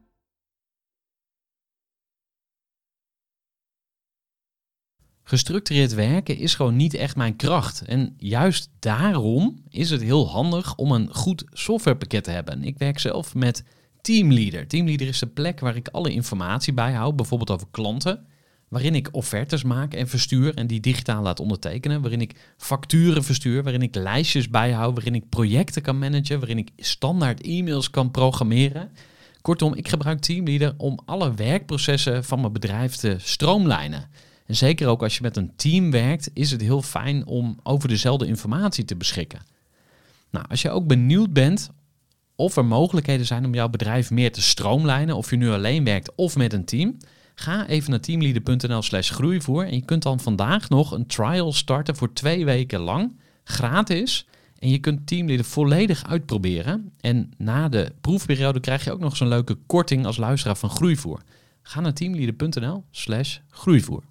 Gestructureerd werken is gewoon niet echt mijn kracht. En juist daarom is het heel handig om een goed softwarepakket te hebben. Ik werk zelf met Teamleader. Teamleader is de plek waar ik alle informatie bijhoud, bijvoorbeeld over klanten. waarin ik offertes maak en verstuur en die digitaal laat ondertekenen, waarin ik facturen verstuur, waarin ik lijstjes bijhoud, waarin ik projecten kan managen, waarin ik standaard e-mails kan programmeren. Kortom, ik gebruik Teamleader om alle werkprocessen van mijn bedrijf te stroomlijnen. En zeker ook als je met een team werkt, is het heel fijn om over dezelfde informatie te beschikken. Nou, als je ook benieuwd bent of er mogelijkheden zijn om jouw bedrijf meer te stroomlijnen, of je nu alleen werkt of met een team, ga even naar teamleader.nl slash groeivoer en je kunt dan vandaag nog een trial starten voor twee weken lang, gratis. En je kunt Teamleader volledig uitproberen. En na de proefperiode krijg je ook nog zo'n leuke korting als luisteraar van Groeivoer. Ga naar teamleader.nl slash groeivoer.